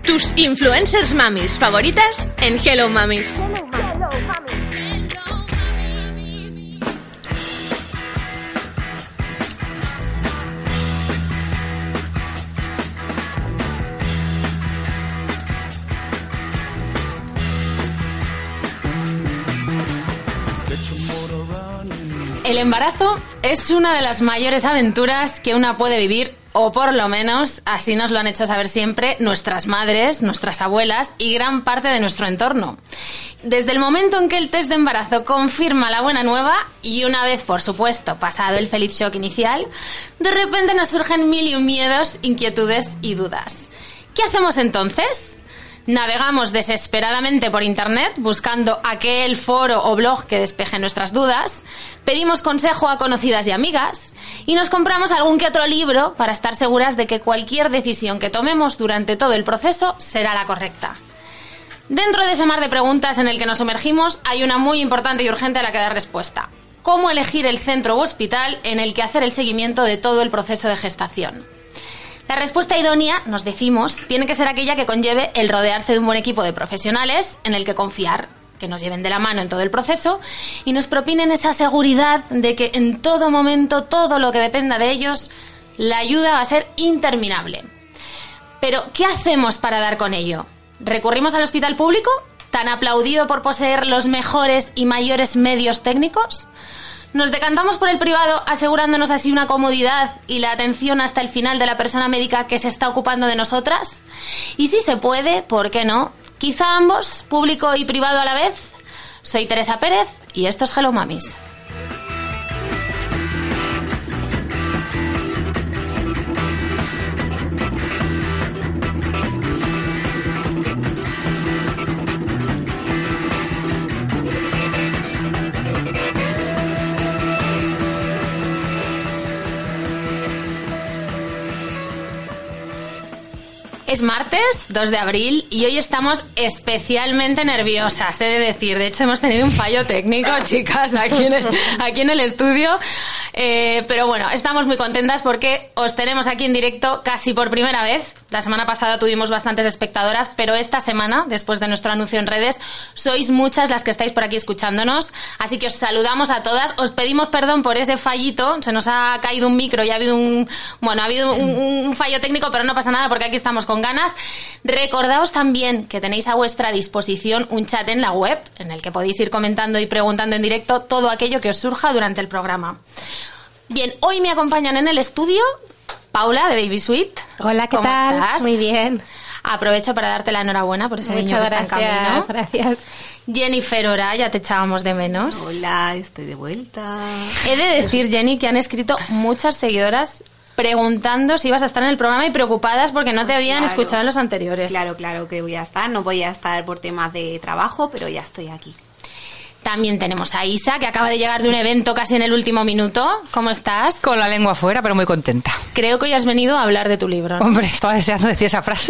Tus influencers mamis favoritas en Hello Mamis. El embarazo es una de las mayores aventuras que una puede vivir, o por lo menos así nos lo han hecho saber siempre nuestras madres, nuestras abuelas y gran parte de nuestro entorno. Desde el momento en que el test de embarazo confirma la buena nueva y una vez, por supuesto, pasado el feliz shock inicial, de repente nos surgen mil y un miedos, inquietudes y dudas. ¿Qué hacemos entonces? Navegamos desesperadamente por internet buscando aquel foro o blog que despeje nuestras dudas, pedimos consejo a conocidas y amigas y nos compramos algún que otro libro para estar seguras de que cualquier decisión que tomemos durante todo el proceso será la correcta. Dentro de ese mar de preguntas en el que nos sumergimos hay una muy importante y urgente a la que dar respuesta. ¿Cómo elegir el centro u hospital en el que hacer el seguimiento de todo el proceso de gestación? La respuesta idónea, nos decimos, tiene que ser aquella que conlleve el rodearse de un buen equipo de profesionales en el que confiar, que nos lleven de la mano en todo el proceso y nos propinen esa seguridad de que en todo momento, todo lo que dependa de ellos, la ayuda va a ser interminable. Pero, ¿qué hacemos para dar con ello? ¿Recurrimos al hospital público, tan aplaudido por poseer los mejores y mayores medios técnicos? ¿Nos decantamos por el privado asegurándonos así una comodidad y la atención hasta el final de la persona médica que se está ocupando de nosotras? Y si se puede, ¿por qué no? Quizá ambos, público y privado a la vez. Soy Teresa Pérez y esto es Hello Mamis. Es martes, 2 de abril, y hoy estamos especialmente nerviosas, he de decir. De hecho, hemos tenido un fallo técnico, chicas, aquí en el estudio. Pero bueno, estamos muy contentas porque os tenemos aquí en directo casi por primera vez. La semana pasada tuvimos bastantes espectadoras, pero esta semana, después de nuestro anuncio en redes, sois muchas las que estáis por aquí escuchándonos. Así que os saludamos a todas. Os pedimos perdón por ese fallito. Se nos ha caído un micro y ha habido un fallo técnico, pero no pasa nada porque aquí estamos con ganas. Recordaos también que tenéis a vuestra disposición un chat en la web en el que podéis ir comentando y preguntando en directo todo aquello que os surja durante el programa. Bien, hoy me acompañan en el estudio Paula de Baby Sweet. Hola, ¿qué tal? ¿Cómo estás? Muy bien. Aprovecho para darte la enhorabuena por ese niño que está en camino. Muchas gracias. Jennifer Ora, ya te echábamos de menos. Hola, estoy de vuelta. He de decir, Jenny, que han escrito muchas seguidoras preguntando si ibas a estar en el programa y preocupadas porque no te habían escuchado en los anteriores. Claro que voy a estar. No voy a estar por temas de trabajo, pero ya estoy aquí. También tenemos a Isa, que acaba de llegar de un evento casi en el último minuto. ¿Cómo estás? Con la lengua afuera, pero muy contenta. Creo que hoy has venido a hablar de tu libro, ¿no? Hombre, estaba deseando decir esa frase.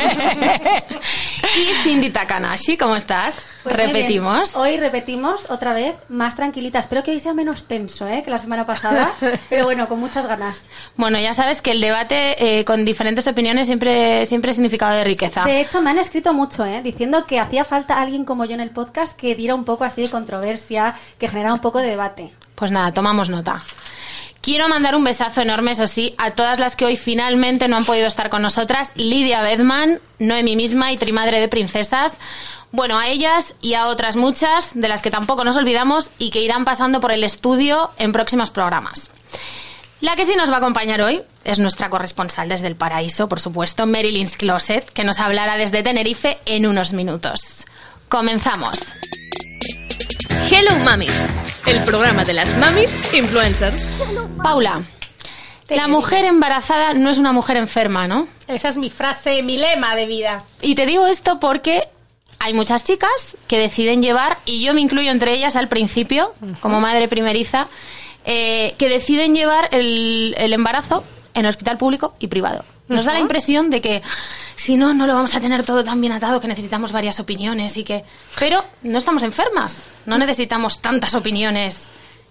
Y Cindy Takanashi, ¿cómo estás? Pues repetimos. Hoy repetimos otra vez, más tranquilita. Espero que hoy sea menos tenso, que la semana pasada. Pero bueno, con muchas ganas. Bueno, ya sabes que el debate con diferentes opiniones siempre es significado de riqueza. De hecho, me han escrito mucho, diciendo que hacía falta alguien como yo en el podcast que diera un poco así de controversia, que generara un poco de debate. Pues nada, tomamos nota. Quiero mandar un besazo enorme, eso sí, a todas las que hoy finalmente no han podido estar con nosotras. Lidia Bedman, Noemi misma y Trimadre de Princesas. Bueno, a ellas y a otras muchas, de las que tampoco nos olvidamos y que irán pasando por el estudio en próximos programas. La que sí nos va a acompañar hoy es nuestra corresponsal desde el paraíso, por supuesto, Marilyn's Closet, que nos hablará desde Tenerife en unos minutos. Comenzamos. Hello Mamis, el programa de las mamis influencers. Paula, la mujer embarazada no es una mujer enferma, ¿no? Esa es mi frase, mi lema de vida. Y te digo esto porque hay muchas chicas que deciden llevar, y yo me incluyo entre ellas al principio, como madre primeriza, que deciden llevar el embarazo en hospital público y privado. Nos da la impresión de que si no lo vamos a tener todo tan bien atado, que necesitamos varias opiniones y que... Pero no estamos enfermas, no necesitamos tantas opiniones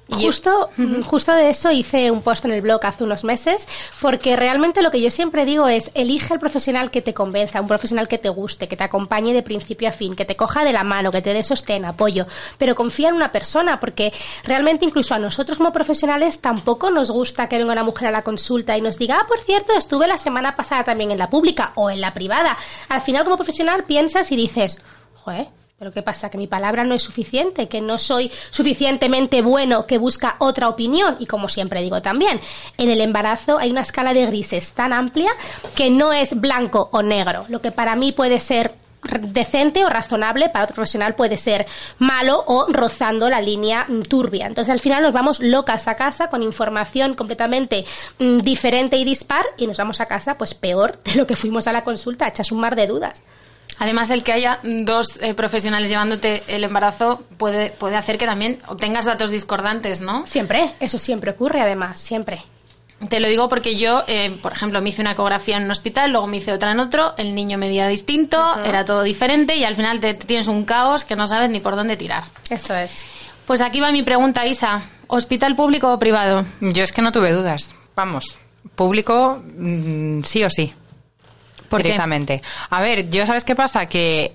Justo de eso hice un post en el blog hace unos meses, porque realmente lo que yo siempre digo es: elige el profesional que te convenza, un profesional que te guste, que te acompañe de principio a fin, que te coja de la mano, que te dé sostén, apoyo, pero confía en una persona, porque realmente incluso a nosotros como profesionales tampoco nos gusta que venga una mujer a la consulta y nos diga: por cierto, estuve la semana pasada también en la pública o en la privada. Al final, como profesional piensas y dices: joder, ¿pero qué pasa? ¿Que mi palabra no es suficiente? ¿Que no soy suficientemente bueno, que busca otra opinión? Y como siempre digo también, en el embarazo hay una escala de grises tan amplia que no es blanco o negro. Lo que para mí puede ser decente o razonable, para otro profesional puede ser malo o rozando la línea turbia. Entonces al final nos vamos locas a casa con información completamente diferente y dispar, y nos vamos a casa pues peor de lo que fuimos a la consulta, echas un mar de dudas. Además, el que haya dos profesionales llevándote el embarazo puede hacer que también obtengas datos discordantes, ¿no? Siempre, eso siempre ocurre, además, siempre. Te lo digo porque yo, por ejemplo, me hice una ecografía en un hospital, luego me hice otra en otro, el niño medía distinto, era todo diferente y al final te tienes un caos que no sabes ni por dónde tirar. Eso es. Pues aquí va mi pregunta, Isa. ¿Hospital público o privado? Yo es que no tuve dudas. Vamos, público sí o sí. Directamente. A ver, yo, ¿sabes qué pasa? Que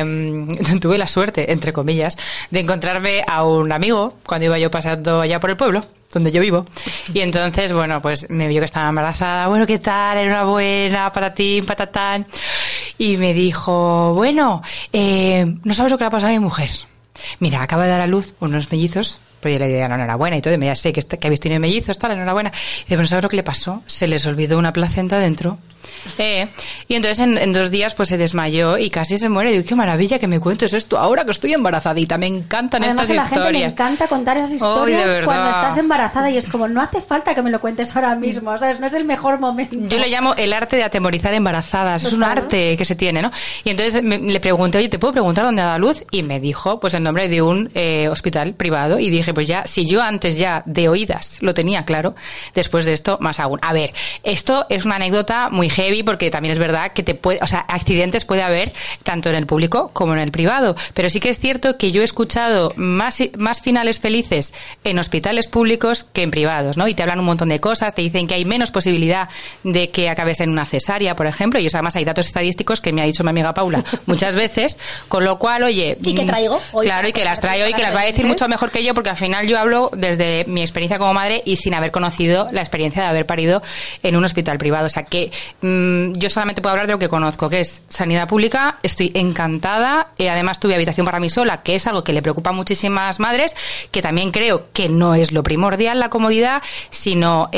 tuve la suerte, entre comillas, de encontrarme a un amigo cuando iba yo pasando allá por el pueblo donde yo vivo, y entonces, bueno, pues me vio que estaba embarazada. Bueno, ¿qué tal? Enhorabuena, patatín, patatán. Y me dijo: bueno, no sabes lo que le ha pasado a mi mujer. Mira, acaba de dar a luz unos mellizos. Pues yo le digo: enhorabuena y todo, y ya sé que habéis tenido mellizos, tal, enhorabuena. Y dice: ¿pero sabes lo que le pasó? Se les olvidó una placenta dentro. Y entonces en 2 días pues se desmayó y casi se muere. Y digo: qué maravilla que me cuentes esto ahora que estoy embarazadita. Me encantan Además, estas a la gente le historias. encanta contar esas historias cuando estás embarazada, y es como: no hace falta que me lo cuentes ahora mismo, ¿sabes? No es el mejor momento. Yo le llamo el arte de atemorizar embarazadas. Es un arte que se tiene, ¿no? Y entonces le pregunté: oye, ¿te puedo preguntar dónde ha dado luz? Y me dijo pues el nombre de un hospital privado, y dije: pues ya, si yo antes ya de oídas lo tenía claro, después de esto más aún. A ver, esto es una anécdota muy heavy, porque también es verdad que accidentes puede haber tanto en el público como en el privado, pero sí que es cierto que yo he escuchado más finales felices en hospitales públicos que en privados, ¿no? Y te hablan un montón de cosas, te dicen que hay menos posibilidad de que acabes en una cesárea, por ejemplo, y eso, además hay datos estadísticos que me ha dicho mi amiga Paula muchas veces, con lo cual, oye... ¿Y qué traigo? Hoy claro, y que las traigo y que las va a decir mucho mejor que yo, porque al final yo hablo desde mi experiencia como madre y sin haber conocido la experiencia de haber parido en un hospital privado. O sea que yo solamente puedo hablar de lo que conozco, que es sanidad pública. Estoy encantada. Además tuve habitación para mí sola, que es algo que le preocupa a muchísimas madres, que también creo que no es lo primordial la comodidad, sino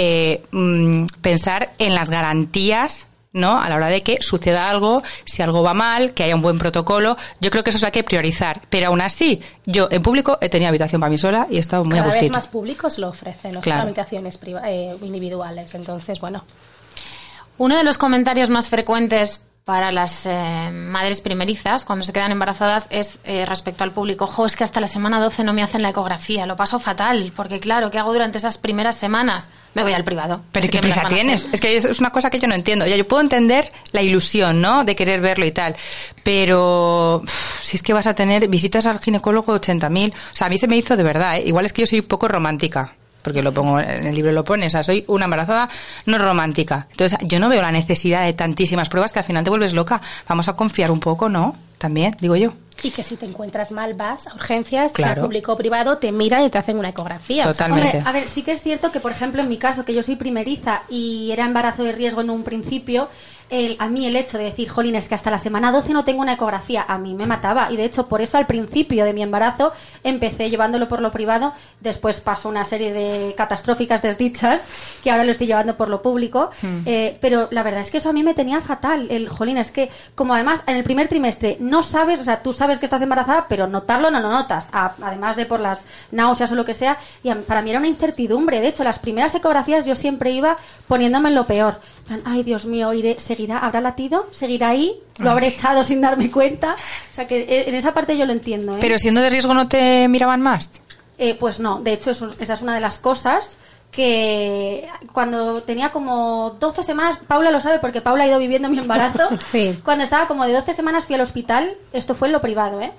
pensar en las garantías, ¿no? A la hora de que suceda algo, si algo va mal, que haya un buen protocolo. Yo creo que eso es lo que hay que priorizar. Pero aún así, yo en público he tenido habitación para mí sola y he estado muy a gustito. Cada vez más públicos lo ofrecen, claro. Habitaciones individuales. Entonces, bueno. Uno de los comentarios más frecuentes para las madres primerizas cuando se quedan embarazadas es respecto al público: jo, es que hasta la semana 12 no me hacen la ecografía, lo paso fatal, porque claro, ¿qué hago durante esas primeras semanas? Me voy al privado. Pero ¿qué prisa tienes? Es que es una cosa que yo no entiendo. Ya, yo puedo entender la ilusión, ¿no?, de querer verlo y tal, pero si es que vas a tener visitas al ginecólogo 80.000, o sea, a mí se me hizo de verdad, igual es que yo soy un poco romántica, porque lo pongo en el libro, lo pone, o sea, soy una embarazada no romántica. Entonces, yo no veo la necesidad de tantísimas pruebas, que al final te vuelves loca. Vamos a confiar un poco, ¿no? También, digo yo. Y que si te encuentras mal vas a urgencias, claro. Sea público o privado, te miran y te hacen una ecografía. Totalmente. Hombre, a ver, sí que es cierto que, por ejemplo, en mi caso, que yo soy primeriza y era embarazo de riesgo en un principio, a mí el hecho de decir: jolín, es que hasta la semana 12 no tengo una ecografía, a mí me mataba. Y de hecho, por eso al principio de mi embarazo empecé llevándolo por lo privado. Después pasó una serie de catastróficas desdichas que ahora lo estoy llevando por lo público. Pero la verdad es que eso a mí me tenía fatal. Jolín, es que como además en el primer trimestre no sabes, o sea, tú sabes que estás embarazada, pero notarlo no lo notas. Además de por las náuseas o lo que sea. Y para mí era una incertidumbre. De hecho, las primeras ecografías yo siempre iba poniéndome en lo peor. Ay, Dios mío, seguirá, ¿habrá latido? ¿Seguirá ahí? ¿Lo habré echado sin darme cuenta? O sea, que en esa parte yo lo entiendo, ¿eh? Pero siendo de riesgo, ¿no te miraban más? Pues no, de hecho esa es una de las cosas que cuando tenía como 12 semanas, Paula lo sabe porque Paula ha ido viviendo mi embarazo. Sí. Cuando estaba como de 12 semanas fui al hospital, esto fue en lo privado,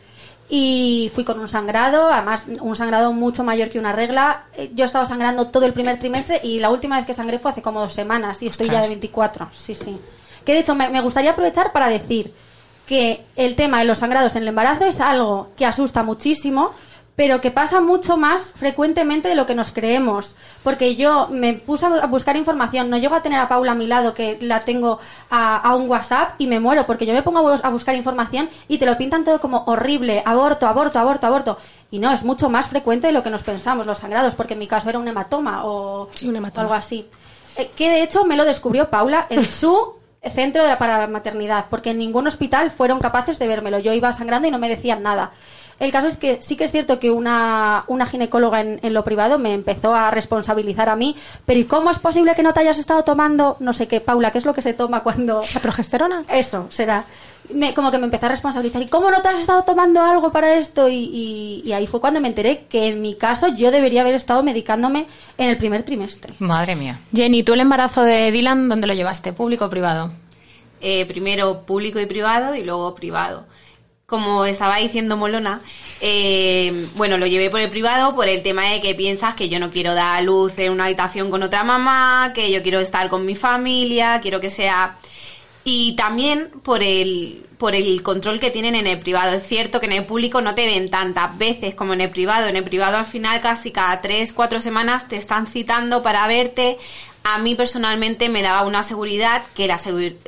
y fui con un sangrado, además un sangrado mucho mayor que una regla. Yo he estado sangrando todo el primer trimestre y la última vez que sangré fue hace como 2 semanas y estoy ya de 24. Sí. Que de hecho me gustaría aprovechar para decir que el tema de los sangrados en el embarazo es algo que asusta muchísimo, pero que pasa mucho más frecuentemente de lo que nos creemos. Porque yo me puse a buscar información, no llego a tener a Paula a mi lado, que la tengo a un WhatsApp, y me muero, porque yo me pongo a buscar información y te lo pintan todo como horrible, aborto. Y no, es mucho más frecuente de lo que nos pensamos, los sangrados, porque en mi caso era un hematoma o algo así. Que de hecho me lo descubrió Paula en su centro para la maternidad, porque en ningún hospital fueron capaces de vérmelo. Yo iba sangrando y no me decían nada. El caso es que sí que es cierto que una ginecóloga en lo privado me empezó a responsabilizar a mí. Pero ¿y cómo es posible que no te hayas estado tomando no sé qué? Paula, ¿qué es lo que se toma cuando...? ¿La progesterona? Eso, será. Como que me empezó a responsabilizar. ¿Y cómo no te has estado tomando algo para esto? Y ahí fue cuando me enteré que en mi caso yo debería haber estado medicándome en el primer trimestre. Madre mía. Jenny, ¿tú el embarazo de Dylan dónde lo llevaste? ¿Público o privado? Primero público y privado y luego privado. Como estaba diciendo Molona, lo llevé por el privado por el tema de que piensas que yo no quiero dar a luz en una habitación con otra mamá, que yo quiero estar con mi familia, quiero que sea... Y también por el control que tienen en el privado. Es cierto que en el público no te ven tantas veces como en el privado. En el privado al final casi cada 3-4 semanas te están citando para verte. A mí personalmente me daba una seguridad que la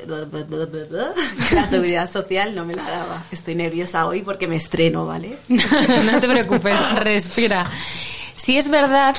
seguridad social no me la daba. Estoy nerviosa hoy porque me estreno, ¿vale? No te preocupes, respira. Sí es verdad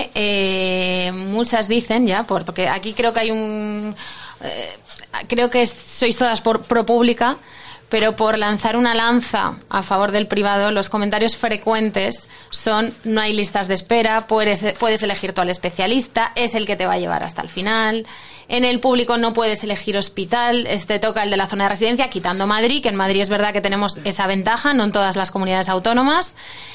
que muchas dicen ya, porque aquí creo que hay un... creo que sois todas pro pública, pero por lanzar una lanza a favor del privado, los comentarios frecuentes son: no hay listas de espera, puedes elegir tú al especialista, es el que te va a llevar hasta el final. En el público no puedes elegir hospital, te toca el de la zona de residencia, quitando Madrid, que en Madrid es verdad que tenemos esa ventaja, no en todas las comunidades autónomas.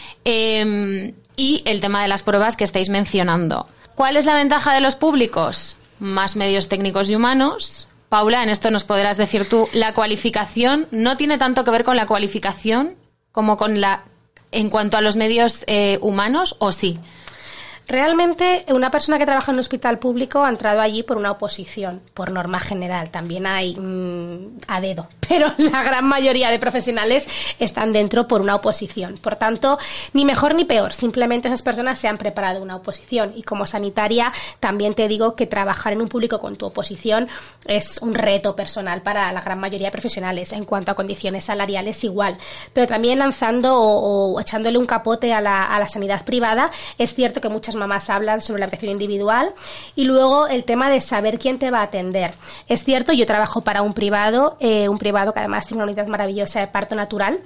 Y el tema de las pruebas que estáis mencionando. ¿Cuál es la ventaja de los públicos? Más medios técnicos y humanos. Paula, en esto nos podrás decir tú, la cualificación no tiene tanto que ver con la cualificación como con en cuanto a los medios humanos, ¿o sí? Realmente, una persona que trabaja en un hospital público ha entrado allí por una oposición, por norma general. También hay a dedo, pero la gran mayoría de profesionales están dentro por una oposición. Por tanto, ni mejor ni peor, simplemente esas personas se han preparado una oposición. Y como sanitaria, también te digo que trabajar en un público con tu oposición es un reto personal para la gran mayoría de profesionales. En cuanto a condiciones salariales, igual. Pero también lanzando o echándole un capote a la sanidad privada, es cierto que muchas mamás hablan sobre la habitación individual y luego el tema de saber quién te va a atender. Es cierto, yo trabajo para un privado que además tiene una unidad maravillosa de parto natural.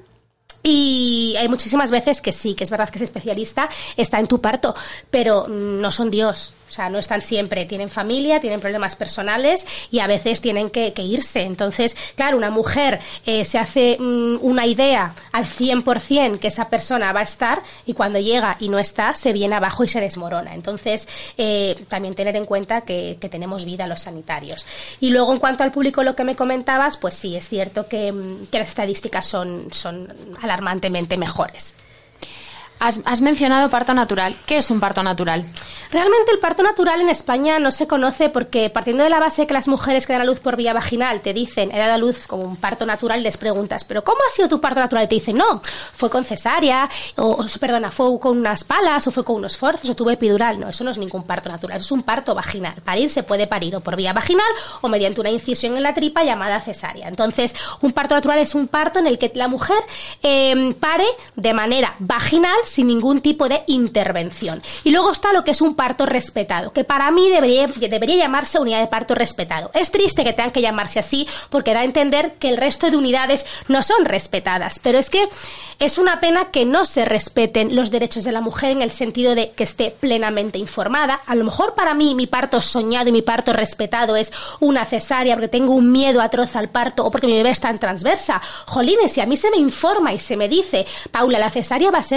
Y hay muchísimas veces que sí, que es verdad que ese especialista está en tu parto, pero no son Dios. O sea, no están siempre, tienen familia, tienen problemas personales y a veces tienen que irse. Entonces, claro, una mujer se hace una idea al 100% que esa persona va a estar y cuando llega y no está, se viene abajo y se desmorona. Entonces, también tener en cuenta que tenemos vida los sanitarios. Y luego, en cuanto al público, lo que me comentabas, pues sí, es cierto que las estadísticas son alarmantemente mejores. Has mencionado parto natural. ¿Qué es un parto natural? Realmente el parto natural en España no se conoce porque, partiendo de la base que las mujeres que dan a luz por vía vaginal te dicen, he dado a luz como un parto natural, les preguntas, ¿pero cómo ha sido tu parto natural? Y te dicen, no, fue con cesárea, fue con unas palas, o fue con unos forzos, o tuve epidural. No, eso no es ningún parto natural, eso es un parto vaginal. Parir se puede parir o por vía vaginal o mediante una incisión en la tripa llamada cesárea. Entonces, un parto natural es un parto en el que la mujer pare de manera vaginal sin ningún tipo de intervención. Y luego está lo que es un parto respetado, que para mí debería llamarse unidad de parto respetado. Es triste que tengan que llamarse así porque da a entender que el resto de unidades no son respetadas, pero es que es una pena que no se respeten los derechos de la mujer en el sentido de que esté plenamente informada. A lo mejor para mí mi parto soñado y mi parto respetado es una cesárea porque tengo un miedo atroz al parto o porque mi bebé está en transversa. Jolines, si a mí se me informa y se me dice, Paula, la cesárea va a ser por esto,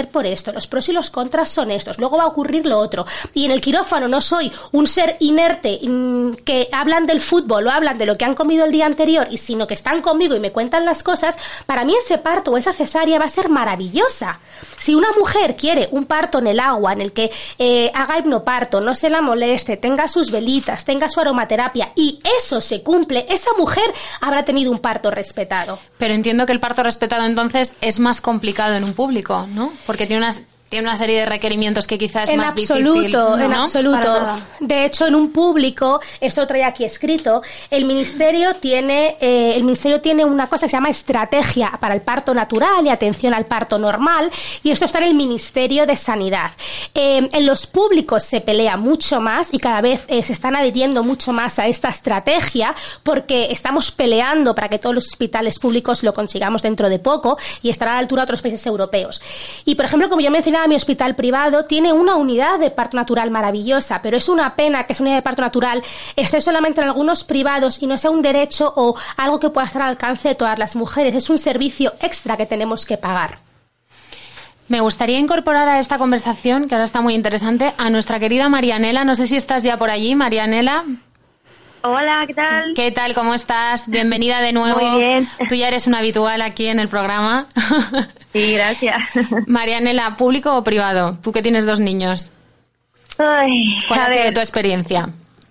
esto, los pros y los contras son estos, luego va a ocurrir lo otro. Y en el quirófano no soy un ser inerte que hablan del fútbol o hablan de lo que han comido el día anterior, y sino que están conmigo y me cuentan las cosas. Para mí ese parto o esa cesárea va a ser maravillosa. Si una mujer quiere un parto en el agua, en el que haga hipnoparto, no se la moleste, tenga sus velitas, tenga su aromaterapia, y eso se cumple, esa mujer habrá tenido un parto respetado. Pero entiendo que el parto respetado entonces es más complicado en un público, ¿no? Porque tiene una serie de requerimientos que quizás es más difícil. En absoluto. De hecho, en un público, esto lo traía aquí escrito, el ministerio tiene una cosa que se llama estrategia para el parto natural y atención al parto normal, y esto está en el Ministerio de Sanidad. En los públicos se pelea mucho más y cada vez se están adhiriendo mucho más a esta estrategia, porque estamos peleando para que todos los hospitales públicos lo consigamos dentro de poco y estará a la altura de otros países europeos. Y, por ejemplo, como yo mencionaba, mi hospital privado tiene una unidad de parto natural maravillosa, pero es una pena que esa unidad de parto natural esté solamente en algunos privados y no sea un derecho o algo que pueda estar al alcance de todas las mujeres. Es un servicio extra que tenemos que pagar. Me gustaría incorporar a esta conversación, que ahora está muy interesante, a nuestra querida Marianela. No sé si estás ya por allí, Marianela. Hola, ¿qué tal? ¿Qué tal? ¿Cómo estás? Bienvenida de nuevo. Muy bien. Tú ya eres una habitual aquí en el programa. Sí, gracias. Marianela, ¿público o privado? Tú que tienes 2 niños. Ay, ¿Cuál ha sido tu experiencia?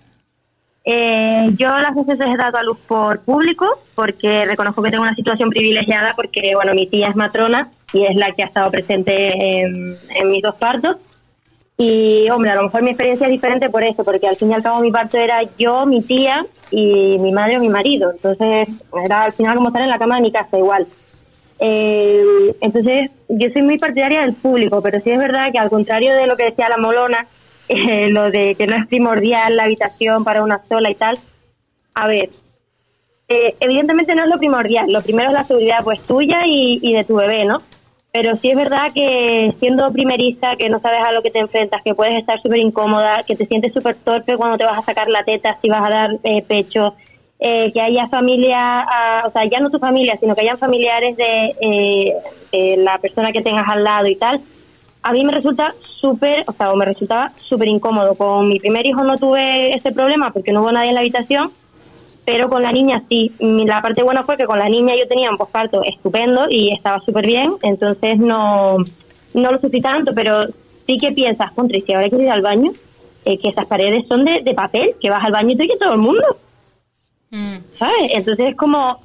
Yo las veces he dado a luz por público, porque reconozco que tengo una situación privilegiada, porque bueno, mi tía es matrona y es la que ha estado presente en mis 2 partos. Y, hombre, a lo mejor mi experiencia es diferente por eso, porque al fin y al cabo mi parto era yo, mi tía y mi madre o mi marido. Entonces, era al final como estar en la cama de mi casa igual. Entonces, yo soy muy partidaria del público, pero sí es verdad que al contrario de lo que decía la Molona, lo de que no es primordial la habitación para una sola y tal, a ver, evidentemente no es lo primordial. Lo primero es la seguridad pues tuya y de tu bebé, ¿no? Pero sí es verdad que siendo primeriza, que no sabes a lo que te enfrentas, que puedes estar súper incómoda, que te sientes súper torpe cuando te vas a sacar la teta, si vas a dar pecho, que haya familia, o sea, ya no tu familia, sino que hayan familiares de la persona que tengas al lado y tal. A mí me resulta me resultaba súper incómodo. Con mi primer hijo no tuve ese problema porque no hubo nadie en la habitación, pero con la niña sí. La parte buena fue que con la niña yo tenía un posparto estupendo y estaba súper bien, entonces no lo sufrí tanto, pero sí que piensas, contra, y si ahora quiero ir al baño, que esas paredes son de papel, que vas al baño y te oye todo el mundo. ¿Sabes? Entonces es como,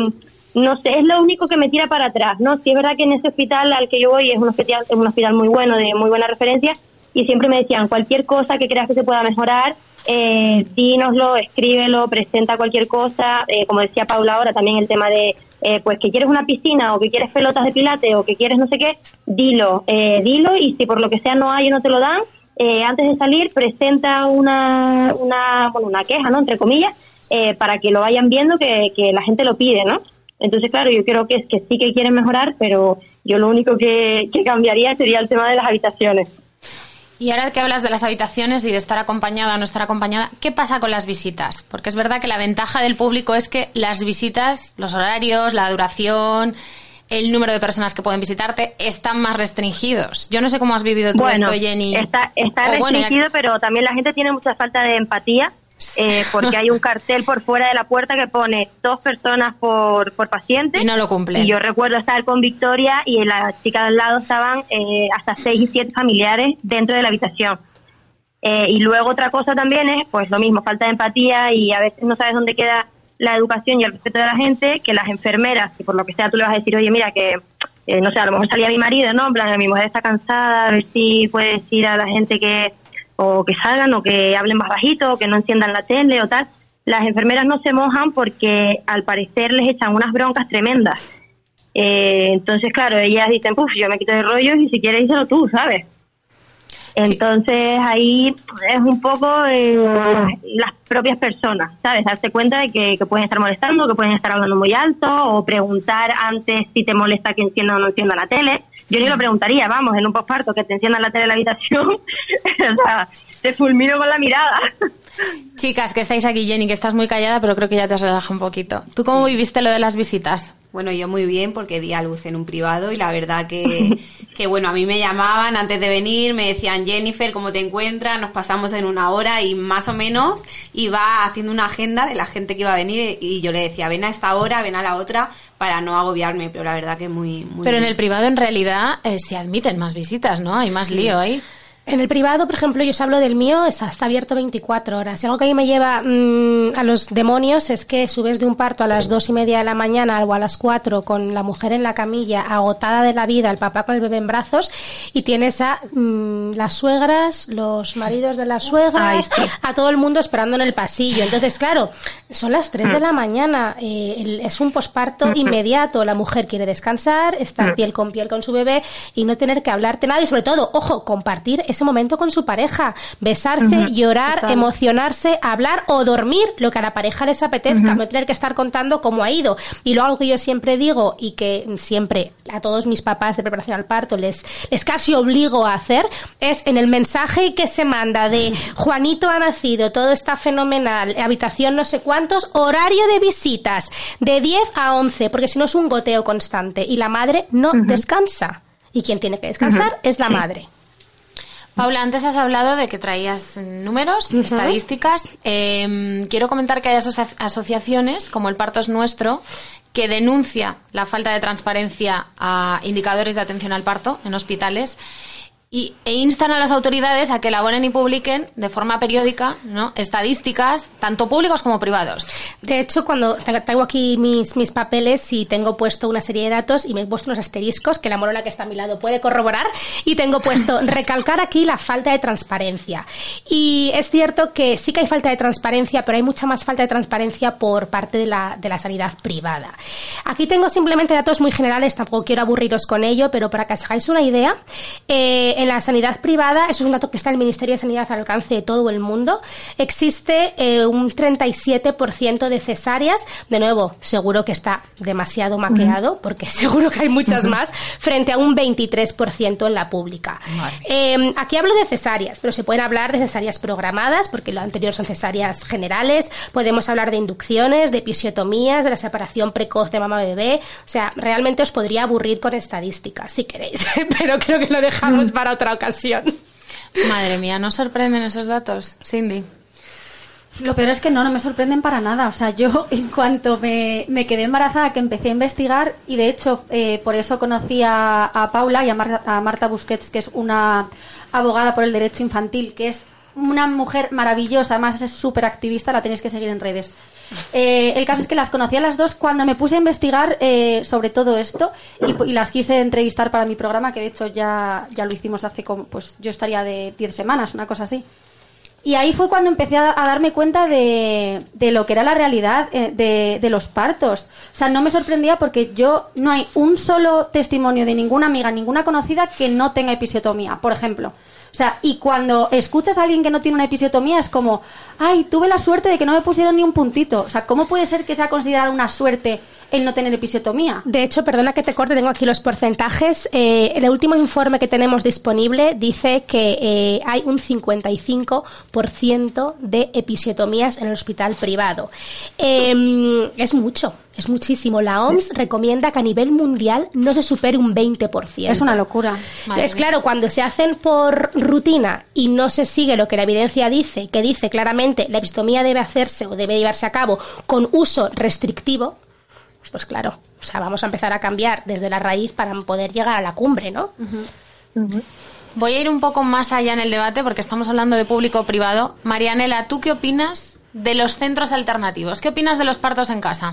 no sé, es lo único que me tira para atrás, ¿no? Sí es verdad que en ese hospital al que yo voy es un hospital muy bueno, de muy buena referencia, y siempre me decían, cualquier cosa que creas que se pueda mejorar, dínoslo, escríbelo, presenta cualquier cosa, como decía Paula ahora, también el tema de pues que quieres una piscina o que quieres pelotas de pilates o que quieres no sé qué, dilo, y si por lo que sea no hay o no te lo dan, antes de salir presenta una queja, ¿no?, entre comillas, para que lo vayan viendo que la gente lo pide, ¿no? Entonces, claro, yo creo que es que sí que quieren mejorar, pero yo lo único que cambiaría sería el tema de las habitaciones. Y ahora que hablas de las habitaciones y de estar acompañada o no estar acompañada, ¿qué pasa con las visitas? Porque es verdad que la ventaja del público es que las visitas, los horarios, la duración, el número de personas que pueden visitarte están más restringidos. Yo no sé cómo has vivido tú esto, Jenny. Está restringido, pero también la gente tiene mucha falta de empatía, porque hay un cartel por fuera de la puerta que pone 2 personas por paciente. Y no lo cumplen. Y yo recuerdo estar con Victoria y la chica de al lado estaban hasta 6 y 7 familiares dentro de la habitación. Y luego otra cosa también es, pues lo mismo, falta de empatía, y a veces no sabes dónde queda la educación y el respeto de la gente, que las enfermeras, si por lo que sea tú le vas a decir, oye, mira, que no sé, a lo mejor salía mi marido, ¿no? En plan, mi mujer está cansada, a ver si puede decir a la gente que salgan o que hablen más bajito o que no enciendan la tele o tal. Las enfermeras no se mojan porque al parecer les echan unas broncas tremendas. Entonces, claro, ellas dicen, yo me quito de rollos y si quieres díselo tú, ¿sabes? Entonces ahí es un poco las propias personas, ¿sabes? Darse cuenta de que pueden estar molestando, que pueden estar hablando muy alto, o preguntar antes si te molesta que encienda o no encienda la tele. Yo ni lo preguntaría, vamos, en un posparto que te enciendan la tele en la habitación, o sea, te fulmino con la mirada. Chicas, que estáis aquí, Jenny, que estás muy callada, pero creo que ya te has relajado un poquito. ¿Tú cómo viviste lo de las visitas? Bueno, yo muy bien, porque di a luz en un privado y la verdad que que bueno, a mí me llamaban antes de venir, me decían, Jennifer, ¿cómo te encuentras? Nos pasamos en 1 hora y más o menos iba haciendo una agenda de la gente que iba a venir y yo le decía, ven a esta hora, ven a la otra, para no agobiarme, pero la verdad que muy pero bien. en el privado en realidad se admiten más visitas, ¿no? Hay más lío ahí. En el privado, por ejemplo, yo os hablo del mío, está abierto 24 horas. Y algo que a mí me lleva a los demonios es que subes de un parto a las 2:30 de la mañana o a las 4 con la mujer en la camilla, agotada de la vida, el papá con el bebé en brazos, y tienes a las suegras, los maridos de las suegras, a todo el mundo esperando en el pasillo. Entonces, claro, son las 3 de la mañana, es un posparto inmediato, la mujer quiere descansar, estar piel con su bebé y no tener que hablarte nada y sobre todo, ojo, compartir ese momento con su pareja, besarse, llorar, emocionarse, hablar o dormir lo que a la pareja les apetezca, no tener que estar contando cómo ha ido. Y luego algo que yo siempre digo y que siempre a todos mis papás de preparación al parto les casi obligo a hacer es en el mensaje que se manda de Juanito ha nacido, todo está fenomenal, habitación no sé cuántos, horario de visitas de 10 a 11, porque si no es un goteo constante y la madre no descansa. Y quien tiene que descansar es la madre. Paula, antes has hablado de que traías números, estadísticas. Quiero comentar que hay asociaciones, como El Parto es Nuestro, que denuncia la falta de transparencia a indicadores de atención al parto en hospitales e instan a las autoridades a que elaboren y publiquen de forma periódica, ¿no?, estadísticas, tanto públicos como privados. De hecho, cuando traigo aquí mis papeles y tengo puesto una serie de datos y me he puesto unos asteriscos que la morona que está a mi lado puede corroborar, y tengo puesto recalcar aquí la falta de transparencia. Y es cierto que sí que hay falta de transparencia, pero hay mucha más falta de transparencia por parte de la sanidad privada. Aquí tengo simplemente datos muy generales, tampoco quiero aburriros con ello, pero para que os hagáis una idea, en la sanidad privada, eso es un dato que está en el Ministerio de Sanidad al alcance de todo el mundo, existe un 37% de cesáreas. De nuevo, seguro que está demasiado maqueado, porque seguro que hay muchas más, frente a un 23% en la pública. Aquí hablo de cesáreas, pero se pueden hablar de cesáreas programadas, porque lo anterior son cesáreas generales, podemos hablar de inducciones, de episiotomías, de la separación precoz de mamá-bebé. O sea, realmente os podría aburrir con estadísticas, si queréis, pero creo que lo dejamos para otra ocasión. Madre mía, ¿no sorprenden esos datos, Cindy? Lo peor es que no me sorprenden para nada. O sea, yo en cuanto me quedé embarazada, que empecé a investigar, y de hecho por eso conocí a Paula y a Marta Busquets, que es una abogada por el derecho infantil, que es una mujer maravillosa, además es súper activista, la tenéis que seguir en redes. El caso es que las conocí a las dos cuando me puse a investigar sobre todo esto y las quise entrevistar para mi programa, que de hecho ya lo hicimos hace como, pues yo estaría de 10 semanas, una cosa así. Y ahí fue cuando empecé a darme cuenta de lo que era la realidad de los partos. O sea, no me sorprendía porque no hay un solo testimonio de ninguna amiga, ninguna conocida que no tenga episiotomía, por ejemplo. O sea, y cuando escuchas a alguien que no tiene una episiotomía es como, ay, tuve la suerte de que no me pusieron ni un puntito. O sea, ¿cómo puede ser que sea considerada una suerte el no tener episiotomía? De hecho, perdona que te corte, tengo aquí los porcentajes. El último informe que tenemos disponible dice que hay un 55% de episiotomías en el hospital privado. Es mucho. Es muchísimo. La OMS recomienda que a nivel mundial no se supere un 20%. Es una locura. Entonces, claro, cuando se hacen por rutina y no se sigue lo que la evidencia dice, que dice claramente la episiotomía debe hacerse o debe llevarse a cabo con uso restrictivo, pues claro, o sea, vamos a empezar a cambiar desde la raíz para poder llegar a la cumbre, ¿no? Voy a ir un poco más allá en el debate porque estamos hablando de público-privado. Marianela, ¿tú qué opinas de los centros alternativos? ¿Qué opinas de los partos en casa?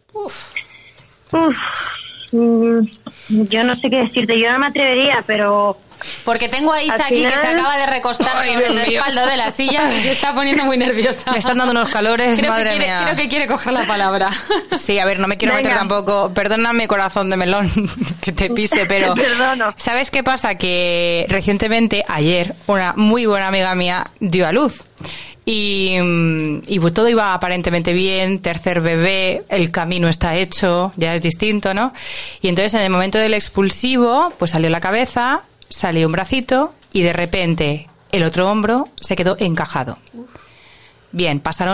Yo no sé qué decirte, yo no me atrevería, pero... Porque tengo a Isa aquí que se acaba de recostar en el respaldo de la silla y se está poniendo muy nerviosa. Me están dando unos calores, madre mía. Creo que quiere coger la palabra. Sí, a ver, no me quiero meter tampoco... Perdóname, corazón de melón, que te pise, pero... ¿Sabes qué pasa? Que recientemente, ayer, una muy buena amiga mía dio a luz. Y todo iba aparentemente bien, tercer bebé, el camino está hecho, ya es distinto, ¿no? Y entonces en el momento del expulsivo, pues salió la cabeza, salió un bracito y de repente el otro hombro se quedó encajado. Bien, pasaron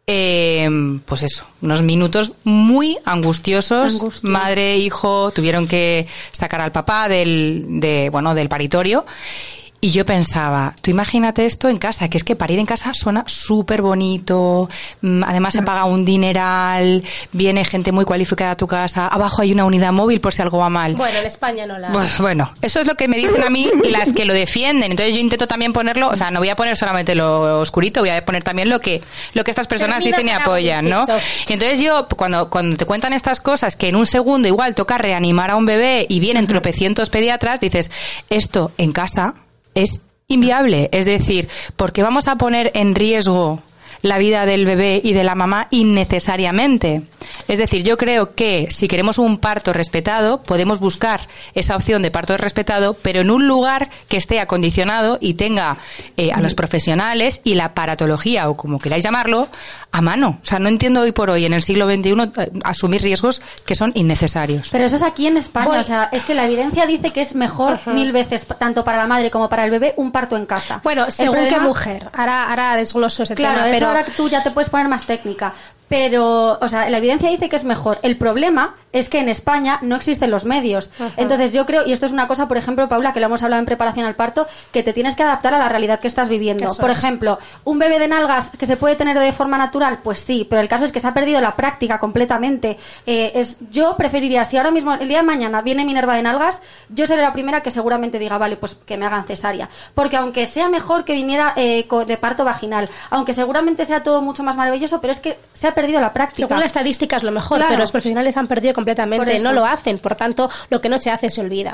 pues eso, unos minutos muy angustiosos. Madre e hijo tuvieron que sacar al papá del paritorio. Y yo pensaba, tú imagínate esto en casa, que es que parir en casa suena súper bonito, además se paga un dineral, viene gente muy cualificada a tu casa, abajo hay una unidad móvil por si algo va mal. Bueno, en España no la... Bueno, eso es lo que me dicen a mí las que lo defienden. Entonces yo intento también ponerlo, o sea, no voy a poner solamente lo oscurito, voy a poner también lo que estas personas dicen y apoyan, ¿no? Y entonces yo, cuando te cuentan estas cosas, que en un segundo igual toca reanimar a un bebé y vienen tropecientos pediatras, dices, esto en casa es inviable. Es decir, porque vamos a poner en riesgo la vida del bebé y de la mamá innecesariamente. Es decir, yo creo que si queremos un parto respetado, podemos buscar esa opción de parto respetado, pero en un lugar que esté acondicionado y tenga a los profesionales y la paratología, o como queráis llamarlo, a mano. O sea, no entiendo hoy por hoy, en el siglo XXI, asumir riesgos que son innecesarios. Pero eso es aquí en España. O sea, es que la evidencia dice que es mejor 1000 veces, tanto para la madre como para el bebé, un parto en casa. Bueno, según qué mujer. Ahora desgloso ese tema. Claro, ahora tú ya te puedes poner más técnica. Pero, o sea, la evidencia dice que es mejor. El problema es que en España no existen los medios. Entonces yo creo, y esto es una cosa, por ejemplo, Paula, que lo hemos hablado en preparación al parto, que te tienes que adaptar a la realidad que estás viviendo. Eso por ejemplo, un bebé de nalgas que se puede tener de forma natural, pues sí, pero el caso es que se ha perdido la práctica completamente. Yo preferiría, si ahora mismo, el día de mañana, viene Minerva de nalgas, yo seré la primera que seguramente diga, vale, pues que me hagan cesárea. Porque aunque sea mejor que viniera de parto vaginal, aunque seguramente sea todo mucho más maravilloso, pero es que se ha perdido la práctica. Según la estadística es lo mejor, claro, pero los profesionales han perdido completamente, no lo hacen, por tanto, lo que no se hace se olvida.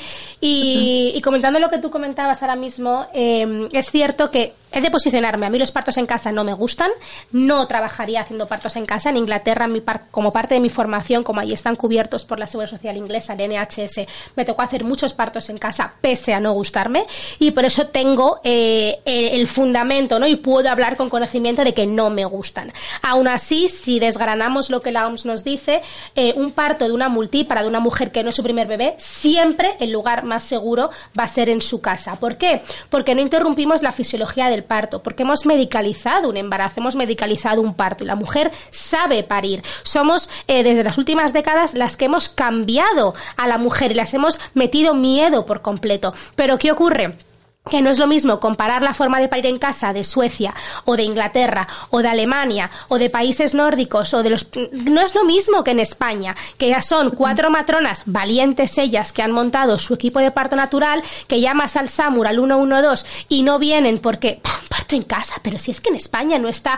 Y comentando lo que tú comentabas ahora mismo, es cierto que he de posicionarme. A mí los partos en casa no me gustan, no trabajaría haciendo partos en casa. En Inglaterra, como parte de mi formación, como ahí están cubiertos por la Seguridad Social inglesa, el NHS, me tocó hacer muchos partos en casa, pese a no gustarme, y por eso tengo el fundamento, ¿no? Y puedo hablar con conocimiento de que no me gustan. Aún así, si desgranamos lo que la OMS nos dice, un parto de una multípara de una mujer que no es su primer bebé, siempre el lugar más seguro va a ser en su casa. ¿Por qué? Porque no interrumpimos la fisiología del parto, porque hemos medicalizado un embarazo, hemos medicalizado un parto, y la mujer sabe parir. Somos, desde las últimas décadas, las que hemos cambiado a la mujer y las hemos metido miedo por completo. Pero ¿qué ocurre? Que no es lo mismo comparar la forma de parir en casa de Suecia o de Inglaterra o de Alemania o de países nórdicos no es lo mismo que en España, que ya son 4 matronas, valientes ellas, que han montado su equipo de parto natural, que llamas al SAMUR, al 112, y no vienen porque parto en casa. Pero si es que en España no está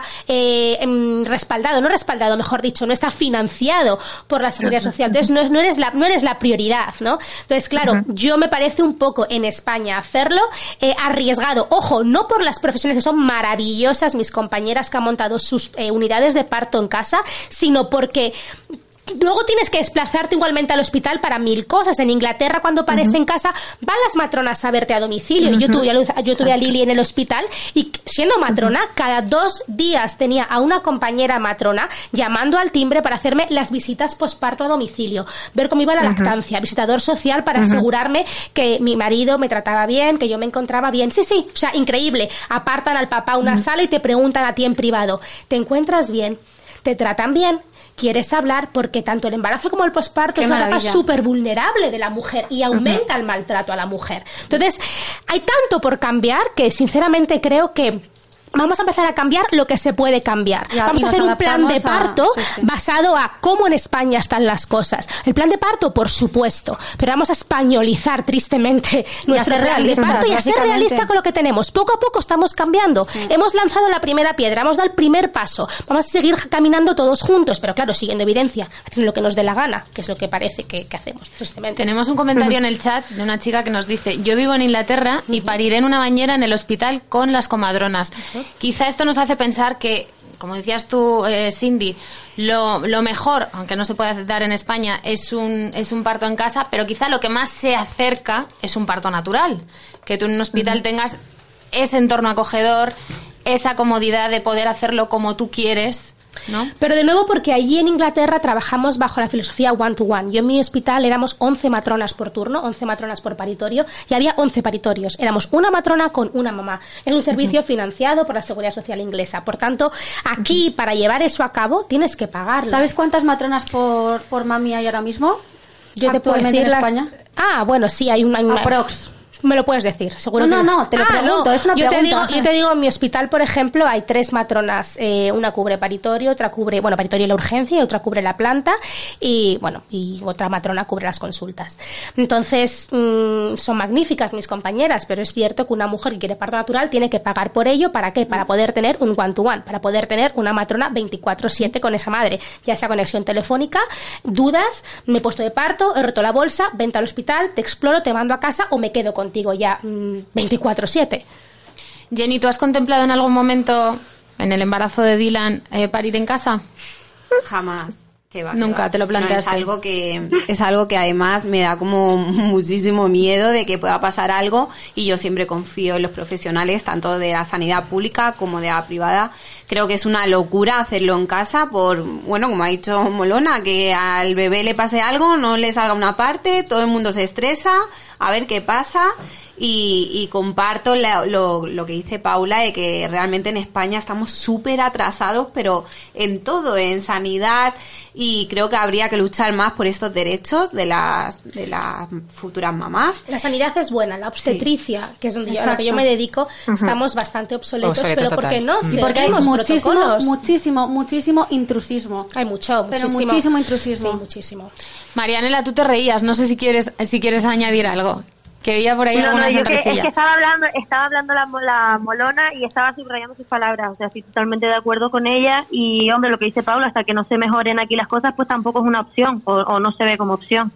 mejor dicho, no está financiado por la Seguridad Social. Entonces no eres la prioridad, ¿no? Entonces, claro, yo me parece un poco en España hacerlo arriesgado. Ojo, no por las profesiones que son maravillosas, mis compañeras que han montado sus unidades de parto en casa, sino porque luego tienes que desplazarte igualmente al hospital para 1000 cosas. En Inglaterra, cuando pares en casa, van las matronas a verte a domicilio. Yo tuve a Lili en el hospital y, siendo matrona, cada 2 días tenía a una compañera matrona llamando al timbre para hacerme las visitas posparto a domicilio, ver cómo iba la lactancia, visitador social para asegurarme que mi marido me trataba bien, que yo me encontraba bien. Sí, o sea, increíble. Apartan al papá a una sala y te preguntan a ti en privado, ¿te encuentras bien? ¿Te tratan bien? ¿Quieres hablar? Porque tanto el embarazo como el posparto es una etapa súper vulnerable de la mujer y aumenta el maltrato a la mujer. Entonces, hay tanto por cambiar que sinceramente creo que vamos a empezar a cambiar lo que se puede cambiar. Vamos a hacer un plan de parto basado a cómo en España están las cosas. El plan de parto, por supuesto, pero vamos a españolizar tristemente nuestro plan de parto y a ser realista con lo que tenemos. Poco a poco estamos cambiando. Hemos lanzado la primera piedra, hemos dado el primer paso. Vamos a seguir caminando todos juntos, pero claro, siguiendo evidencia, haciendo lo que nos dé la gana, que es lo que parece que hacemos, tristemente. Tenemos un comentario en el chat de una chica que nos dice: yo vivo en Inglaterra y pariré en una bañera en el hospital con las comadronas. Quizá esto nos hace pensar que, como decías tú, Cindy, lo mejor, aunque no se puede dar en España, es un parto en casa, pero quizá lo que más se acerca es un parto natural. Que tú en un hospital tengas ese entorno acogedor, esa comodidad de poder hacerlo como tú quieres. ¿no? Pero de nuevo, porque allí en Inglaterra trabajamos bajo la filosofía one-to-one. Yo en mi hospital éramos 11 matronas por turno, 11 matronas por paritorio, y había 11 paritorios. Éramos una matrona con una mamá. Es un servicio financiado por la Seguridad Social inglesa. Por tanto, aquí, para llevar eso a cabo, tienes que pagarlo. ¿Sabes cuántas matronas por mami hay ahora mismo? Yo te puedo decir en España. Bueno, sí, hay una aprox. Me lo puedes decir, seguro. No, te lo pregunto, es una pregunta. Yo te digo, en mi hospital, por ejemplo, hay 3 matronas. Una cubre paritorio, otra cubre, paritorio y la urgencia, y otra cubre la planta, y otra matrona cubre las consultas. Entonces, son magníficas mis compañeras, pero es cierto que una mujer que quiere parto natural tiene que pagar por ello. ¿Para qué? Para poder tener un one-to-one, para poder tener una matrona 24/7 con esa madre, ya sea conexión telefónica, dudas, me he puesto de parto, he roto la bolsa, vente al hospital, te exploro, te mando a casa o me quedo contigo ya 24/7. Jenny, ¿tú has contemplado en algún momento en el embarazo de Dylan parir en casa? Jamás. Nunca te lo planteaste. No, es algo que además me da como muchísimo miedo de que pueda pasar algo, y yo siempre confío en los profesionales tanto de la sanidad pública como de la privada. Creo que es una locura hacerlo en casa como ha dicho Molona, que al bebé le pase algo, no le salga una parte, todo el mundo se estresa, a ver qué pasa. Y comparto lo que dice Paula, de que realmente en España estamos súper atrasados, pero en todo, en sanidad, y creo que habría que luchar más por estos derechos de las futuras mamás. La sanidad es buena, la obstetricia, que es donde a lo que yo me dedico, estamos bastante obsoletos, pero porque no sé, porque hay muchísimo intrusismo. Hay muchísimo intrusismo. Sí, muchísimo. Marianela, tú te reías, no sé si quieres añadir algo. Que veía por ahí alguna sonrisilla. Es que estaba hablando la Molona y estaba subrayando sus palabras. O sea, estoy totalmente de acuerdo con ella. Y, hombre, lo que dice Paula, hasta que no se mejoren aquí las cosas, pues tampoco es una opción o no se ve como opción.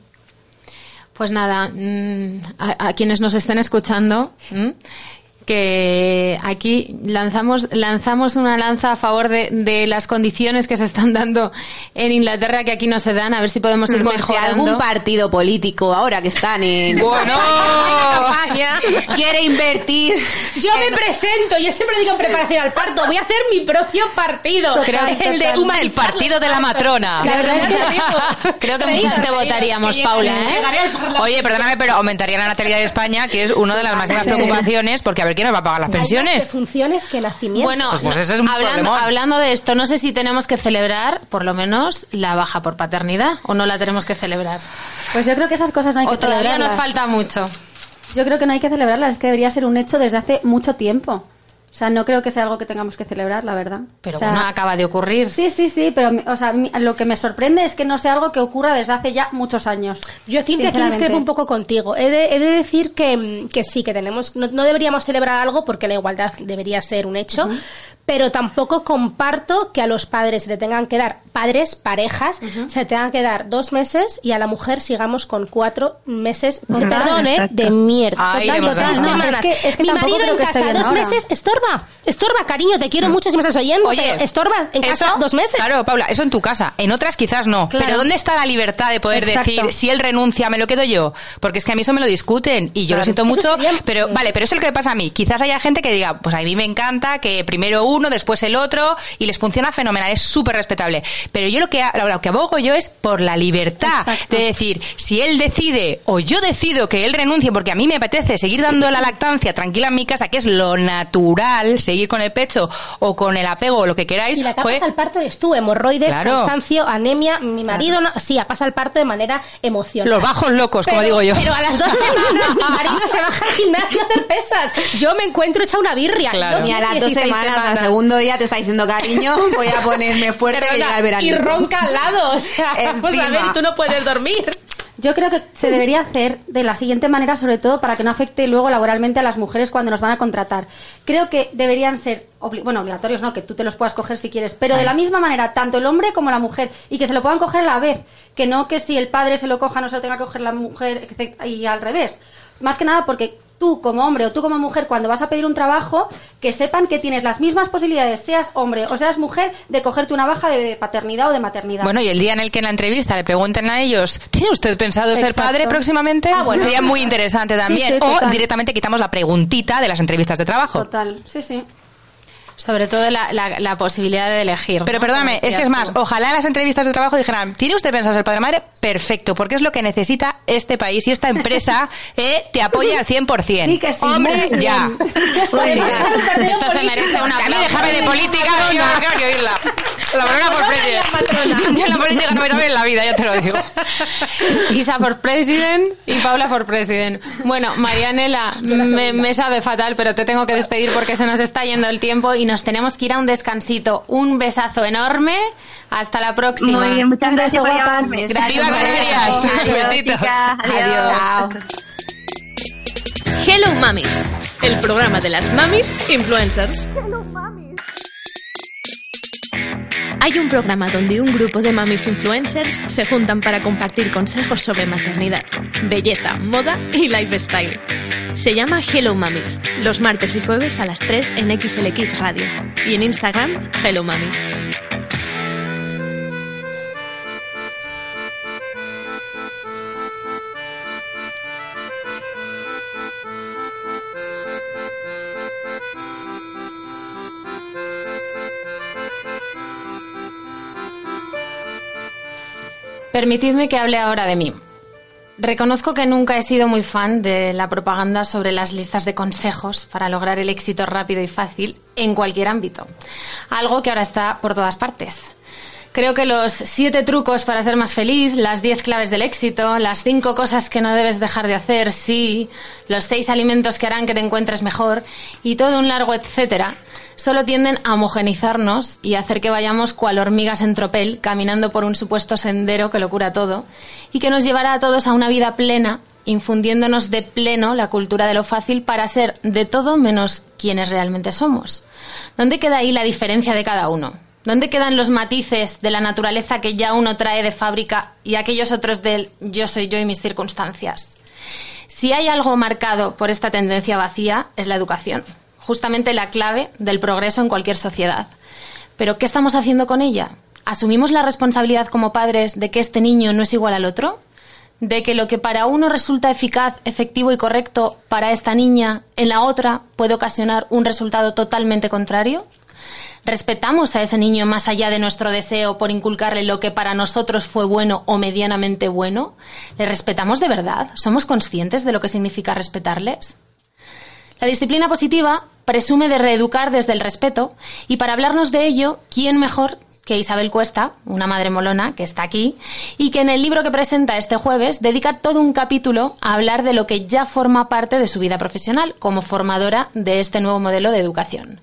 Pues nada, a quienes nos estén escuchando, que aquí lanzamos una lanza a favor de las condiciones que se están dando en Inglaterra, que aquí no se dan, a ver si podemos ir mejorando. Si algún partido político, ahora que están en campaña, quiere invertir. Yo me presento, yo siempre digo en preparación al parto, voy a hacer mi propio partido. El partido de la matrona. Creo que muchos te votaríamos, Paula, Oye, perdóname, pero aumentaría la natalidad de España, que es una de las máximas preocupaciones, porque a ver quién nos va a pagar las pensiones. Hay más funciones que nacimientos. Bueno, pues ese es un hablando de esto, no sé si tenemos que celebrar, por lo menos, la baja por paternidad, o no la tenemos que celebrar. Pues yo creo que esas cosas no hay que celebrarlas. O todavía nos falta mucho. Yo creo que no hay que celebrarlas, es que debería ser un hecho desde hace mucho tiempo. O sea, no creo que sea algo que tengamos que celebrar, la verdad. Pero acaba de ocurrir. Sí, pero lo que me sorprende es que no sea algo que ocurra desde hace ya muchos años. Yo, Cintia, aquí discrepo un poco contigo. He de decir que sí, que tenemos, no deberíamos celebrar algo porque la igualdad debería ser un hecho, pero tampoco comparto que a los padres le tengan que dar, parejas, se tengan que dar 2 meses y a la mujer sigamos con 4 meses, de mierda. Ay, semanas. Es que mi marido en casa 2 meses estorba, cariño, te quiero mucho si me estás oyendo. Oye, estorbas en casa 2 meses. Claro, Paula, eso en tu casa, en otras quizás no. Claro. Pero ¿dónde está la libertad de poder decir, si él renuncia, me lo quedo yo? Porque es que a mí eso me lo discuten y yo lo siento mucho, pero vale, pero eso es lo que pasa a mí. Quizás haya gente que diga, pues a mí me encanta que primero uno, después el otro, y les funciona fenomenal, es súper respetable. Pero yo lo que abogo yo es por la libertad. De decir, si él decide o yo decido que él renuncie porque a mí me apetece seguir dando la lactancia tranquila en mi casa, que es lo natural, seguir con el pecho o con el apego o lo que queráis. Y la que pasa al parto eres tú, hemorroides, cansancio, anemia. Mi marido pasa al parto de manera emocional. Los bajos locos, como digo yo. Pero a las 2 semanas mi marido se baja al gimnasio a hacer pesas. Yo me encuentro hecha una birria. Claro. Ni a las 2 semanas, al segundo día te está diciendo, cariño, voy a ponerme fuerte que llega el verano. Y ronca al lado, o sea, vamos a ver, tú no puedes dormir. Yo creo que se debería hacer de la siguiente manera, sobre todo para que no afecte luego laboralmente a las mujeres cuando nos van a contratar. Creo que deberían ser, obligatorios, no, que tú te los puedas coger si quieres, pero de la misma manera, tanto el hombre como la mujer, y que se lo puedan coger a la vez, que no que si el padre se lo coja no se lo tenga que coger la mujer, y al revés. Más que nada porque tú como hombre o tú como mujer, cuando vas a pedir un trabajo, que sepan que tienes las mismas posibilidades, seas hombre o seas mujer, de cogerte una baja de paternidad o de maternidad. Bueno, y el día en el que en la entrevista le pregunten a ellos, ¿tiene usted pensado ser padre próximamente? Sería muy interesante también. Sí, o directamente quitamos la preguntita de las entrevistas de trabajo. Total, sí. Sobre todo la posibilidad de elegir. Pero perdóname, es que es más, ojalá en las entrevistas de trabajo dijeran, ¿tiene usted pensado ser padre o madre? Perfecto, porque es lo que necesita este país y esta empresa te apoya al 100%. Sí, que sí, hombre, ya. Esto se merece una A mí déjame de política, yo no quiero que oírla. La Morona por president. Yo en la política no me tomo en la vida, ya te lo digo. Isa por president y Paula por president. Bueno, Marianela, me sabe fatal, pero te tengo que despedir porque se nos está yendo el tiempo y nos tenemos que ir a un descansito. Un besazo enorme. Hasta la próxima. Muy bien, muchas gracias por llamarme. Gracias. ¡Viva Canarias! Besitos. Adiós. Hello Mamis, el programa de las mamis influencers. Hay un programa donde un grupo de mamis influencers se juntan para compartir consejos sobre maternidad, belleza, moda y lifestyle. Se llama Hello Mamis, los martes y jueves a las 3 en XL Kids Radio y en Instagram, Hello Mamis. Permitidme que hable ahora de mí. Reconozco que nunca he sido muy fan de la propaganda sobre las listas de consejos para lograr el éxito rápido y fácil en cualquier ámbito. Algo que ahora está por todas partes. Creo que los 7 trucos para ser más feliz, las 10 claves del éxito, las 5 cosas que no debes dejar de hacer, sí, los 6 alimentos que harán que te encuentres mejor y todo un largo etcétera, solo tienden a homogeneizarnos y hacer que vayamos cual hormigas en tropel, caminando por un supuesto sendero que lo cura todo y que nos llevará a todos a una vida plena, infundiéndonos de pleno la cultura de lo fácil para ser de todo menos quienes realmente somos. ¿Dónde queda ahí la diferencia de cada uno? ¿Dónde quedan los matices de la naturaleza que ya uno trae de fábrica y aquellos otros del yo soy yo y mis circunstancias? Si hay algo marcado por esta tendencia vacía, es la educación. Justamente la clave del progreso en cualquier sociedad. ¿Pero qué estamos haciendo con ella? ¿Asumimos la responsabilidad como padres de que este niño no es igual al otro? ¿De que lo que para uno resulta eficaz, efectivo y correcto para esta niña, en la otra puede ocasionar un resultado totalmente contrario? ¿Respetamos a ese niño más allá de nuestro deseo por inculcarle lo que para nosotros fue bueno o medianamente bueno? ¿Le respetamos de verdad? ¿Somos conscientes de lo que significa respetarles? La disciplina positiva presume de reeducar desde el respeto y para hablarnos de ello, ¿quién mejor que Isabel Cuesta, una madre molona que está aquí y que en el libro que presenta este jueves dedica todo un capítulo a hablar de lo que ya forma parte de su vida profesional como formadora de este nuevo modelo de educación?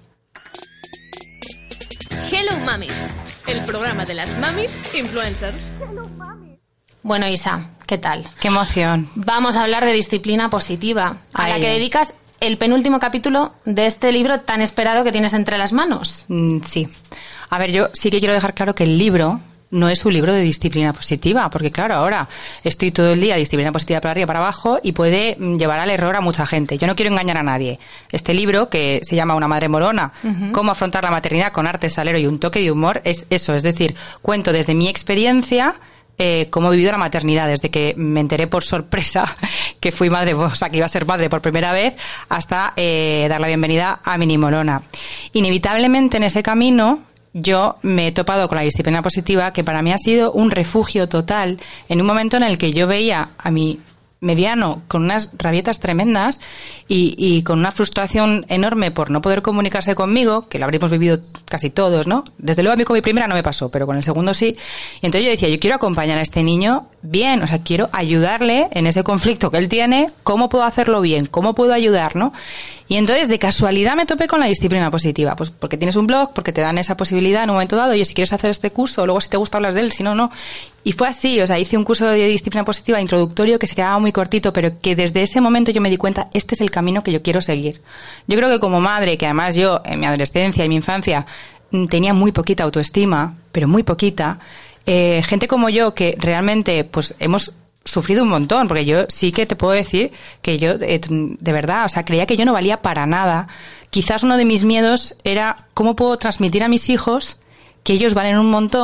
Hello Mamis, el programa de las mamis influencers. Bueno, Isa, ¿qué tal? ¡Qué emoción! Vamos a hablar de disciplina positiva, a la que dedicas el penúltimo capítulo de este libro tan esperado que tienes entre las manos. Sí. A ver, yo sí que quiero dejar claro que el libro no es un libro de disciplina positiva, porque claro, ahora estoy todo el día disciplina positiva para arriba y para abajo y puede llevar al error a mucha gente. Yo no quiero engañar a nadie. Este libro, que se llama Una madre molona, cómo afrontar la maternidad con arte salero y un toque de humor, es eso, es decir, cuento desde mi experiencia cómo he vivido la maternidad, desde que me enteré por sorpresa que fui madre, o sea, que iba a ser madre por primera vez, hasta dar la bienvenida a Mini Molona. Inevitablemente en ese camino yo me he topado con la disciplina positiva, que para mí ha sido un refugio total en un momento en el que yo veía a mi mediano con unas rabietas tremendas y con una frustración enorme por no poder comunicarse conmigo, que lo habríamos vivido casi todos, ¿no? Desde luego a mí con mi primera no me pasó, pero con el segundo sí. Y entonces yo decía, yo quiero acompañar a este niño bien, o sea, quiero ayudarle en ese conflicto que él tiene, ¿cómo puedo hacerlo bien? ¿Cómo puedo ayudar, no? Y entonces de casualidad me topé con la disciplina positiva, pues porque tienes un blog, porque te dan esa posibilidad en un momento dado, oye, si quieres hacer este curso, luego si te gusta hablas de él, si no, no. Y fue así, o sea, hice un curso de disciplina positiva introductorio que se quedaba muy cortito, pero que desde ese momento yo me di cuenta, este es el camino que yo quiero seguir. Yo creo que como madre, que además yo en mi adolescencia y mi infancia tenía muy poquita autoestima, pero muy poquita, gente como yo que realmente pues hemos sufrido un montón, porque yo sí que te puedo decir que yo, de verdad, o sea, creía que yo no valía para nada. Quizás uno de mis miedos era cómo puedo transmitir a mis hijos que ellos valen un montón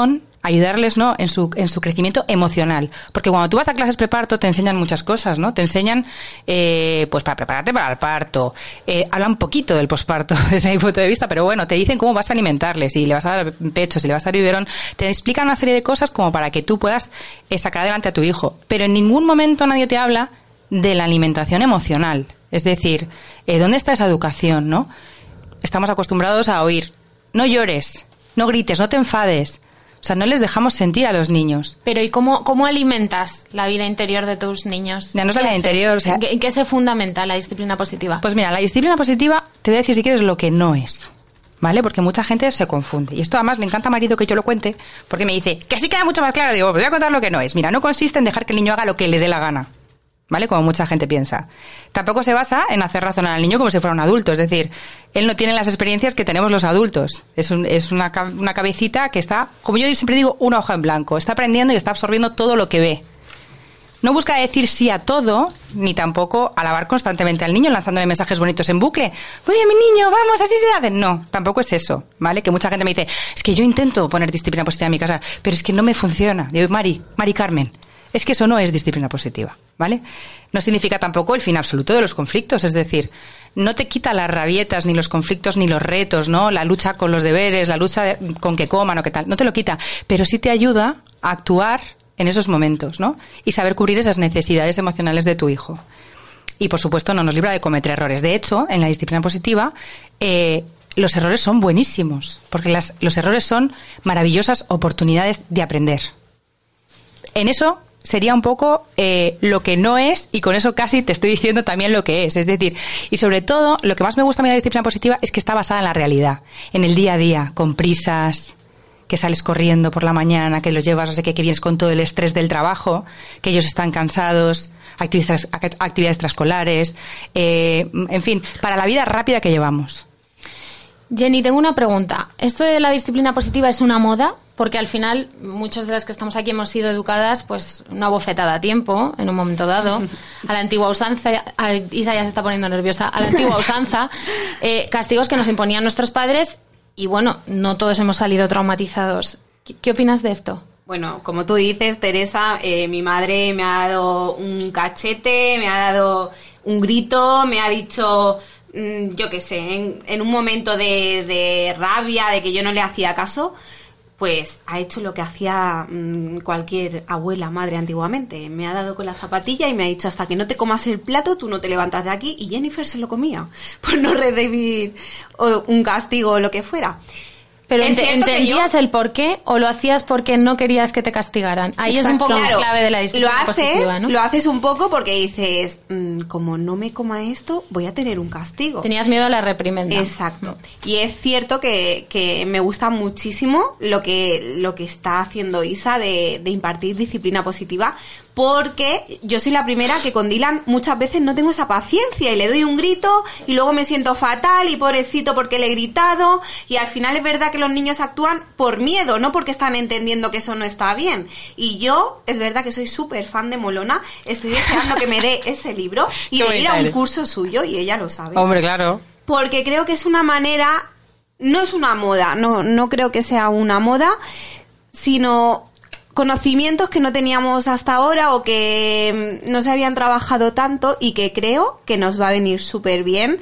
ayudarles, ¿no?, en su crecimiento emocional. Porque cuando tú vas a clases preparto te enseñan muchas cosas, ¿no? Te enseñan, pues para prepararte para el parto. Hablan un poquito del posparto desde mi punto de vista, pero bueno, te dicen cómo vas a alimentarles, si le vas a dar pecho, si le vas a dar biberón. Te explican una serie de cosas como para que tú puedas sacar adelante a tu hijo. Pero en ningún momento nadie te habla de la alimentación emocional. Es decir, ¿dónde está esa educación, no? Estamos acostumbrados a oír, no llores, no grites, no te enfades. O sea, no les dejamos sentir a los niños. Pero ¿y cómo alimentas la vida interior de tus niños? Ya no es la vida interior, o sea... ¿En qué se fundamenta la disciplina positiva? Pues mira, la disciplina positiva, te voy a decir si quieres lo que no es, ¿vale? Porque mucha gente se confunde. Y esto además le encanta a marido que yo lo cuente, porque me dice, que sí queda mucho más claro. Digo, pues voy a contar lo que no es. Mira, no consiste en dejar que el niño haga lo que le dé la gana, ¿vale? Como mucha gente piensa. Tampoco se basa en hacer razonar al niño como si fuera un adulto. Es decir, él no tiene las experiencias que tenemos los adultos. Es una cabecita que está, como yo siempre digo, una hoja en blanco. Está aprendiendo y está absorbiendo todo lo que ve. No busca decir sí a todo, ni tampoco alabar constantemente al niño lanzándole mensajes bonitos en bucle. Oye, mi niño, vamos, así se hace. No, tampoco es eso, ¿vale? Que mucha gente me dice, es que yo intento poner disciplina positiva en mi casa, pero es que no me funciona. Digo, Mari Carmen, es que eso no es disciplina positiva, ¿vale? No significa tampoco el fin absoluto de los conflictos, es decir, no te quita las rabietas, ni los conflictos, ni los retos, ¿no? La lucha con los deberes, la lucha con que coman o qué tal, no te lo quita, pero sí te ayuda a actuar en esos momentos, ¿no? Y saber cubrir esas necesidades emocionales de tu hijo. Y, por supuesto, no nos libra de cometer errores. De hecho, en la disciplina positiva, los errores son buenísimos, porque los errores son maravillosas oportunidades de aprender. En eso sería un poco lo que no es, y con eso casi te estoy diciendo también lo que es. Es decir, y sobre todo, lo que más me gusta a mí de la disciplina positiva es que está basada en la realidad, en el día a día, con prisas, que sales corriendo por la mañana, que los llevas, no sé qué, que vienes con todo el estrés del trabajo, que ellos están cansados, actividades extraescolares, en fin, para la vida rápida que llevamos. Jenny, tengo una pregunta. ¿Esto de la disciplina positiva es una moda? Porque al final, muchas de las que estamos aquí hemos sido educadas, pues, una bofetada a tiempo, en un momento dado, a la antigua usanza, Isa ya se está poniendo nerviosa, a la antigua usanza, castigos que nos imponían nuestros padres, y bueno, no todos hemos salido traumatizados. ¿Qué opinas de esto? Bueno, como tú dices, Teresa, mi madre me ha dado un cachete, me ha dado un grito, me ha dicho, yo qué sé, en un momento de rabia, de que yo no le hacía caso, pues ha hecho lo que hacía cualquier abuela, madre antiguamente. Me ha dado con la zapatilla y me ha dicho, hasta que no te comas el plato, tú no te levantas de aquí. Y Jennifer se lo comía por no recibir un castigo o lo que fuera. Pero ¿entendías el por qué o lo hacías porque no querías que te castigaran? Ahí exacto. Es un poco la clave de la disciplina positiva, ¿no? Lo haces un poco porque dices, como no me coma esto, voy a tener un castigo. Tenías miedo a la reprimenda. Exacto. Y es cierto que me gusta muchísimo lo que está haciendo Isa de impartir disciplina positiva, porque yo soy la primera que con Dylan muchas veces no tengo esa paciencia y le doy un grito y luego me siento fatal y pobrecito porque le he gritado, y al final es verdad que los niños actúan por miedo, no porque están entendiendo que eso no está bien. Y yo, es verdad que soy súper fan de Molona, estoy deseando que me dé ese libro y de ir a un curso suyo, y ella lo sabe. Hombre, claro. Porque creo que es una manera, no es una moda, no creo que sea una moda, sino conocimientos que no teníamos hasta ahora o que no se habían trabajado tanto, y que creo que nos va a venir súper bien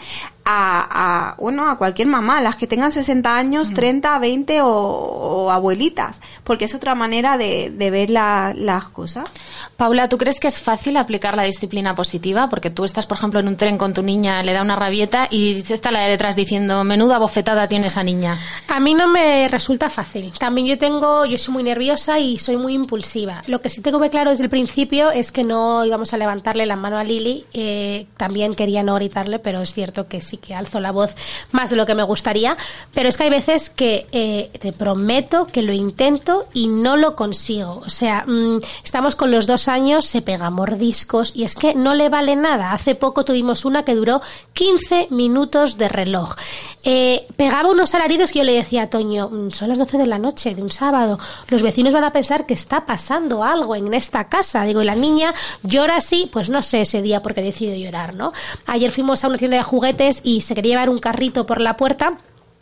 a cualquier mamá, las que tengan 60 años, 30, 20 o abuelitas, porque es otra manera de ver las cosas. Paula, ¿tú crees que es fácil aplicar la disciplina positiva? Porque tú estás, por ejemplo, en un tren con tu niña, le da una rabieta y se está la de detrás diciendo, menuda bofetada tiene esa niña. A mí no me resulta fácil. También yo soy muy nerviosa y soy muy impulsiva. Lo que sí tengo muy claro desde el principio es que no íbamos a levantarle la mano a Lili. También quería no gritarle, pero es cierto que sí que alzo la voz más de lo que me gustaría. Pero es que hay veces que te prometo que lo intento y no lo consigo. O sea, estamos con los 2 años, se pega mordiscos y es que no le vale nada. Hace poco tuvimos una que duró 15 minutos de reloj. Pegaba unos alaridos que yo le decía a Toño, son las 12 de la noche de un sábado, los vecinos van a pensar que está pasando algo en esta casa. Digo, y la niña llora así, pues no sé ese día por qué decidió llorar, ¿no? Ayer fuimos a una tienda de juguetes y se quería llevar un carrito por la puerta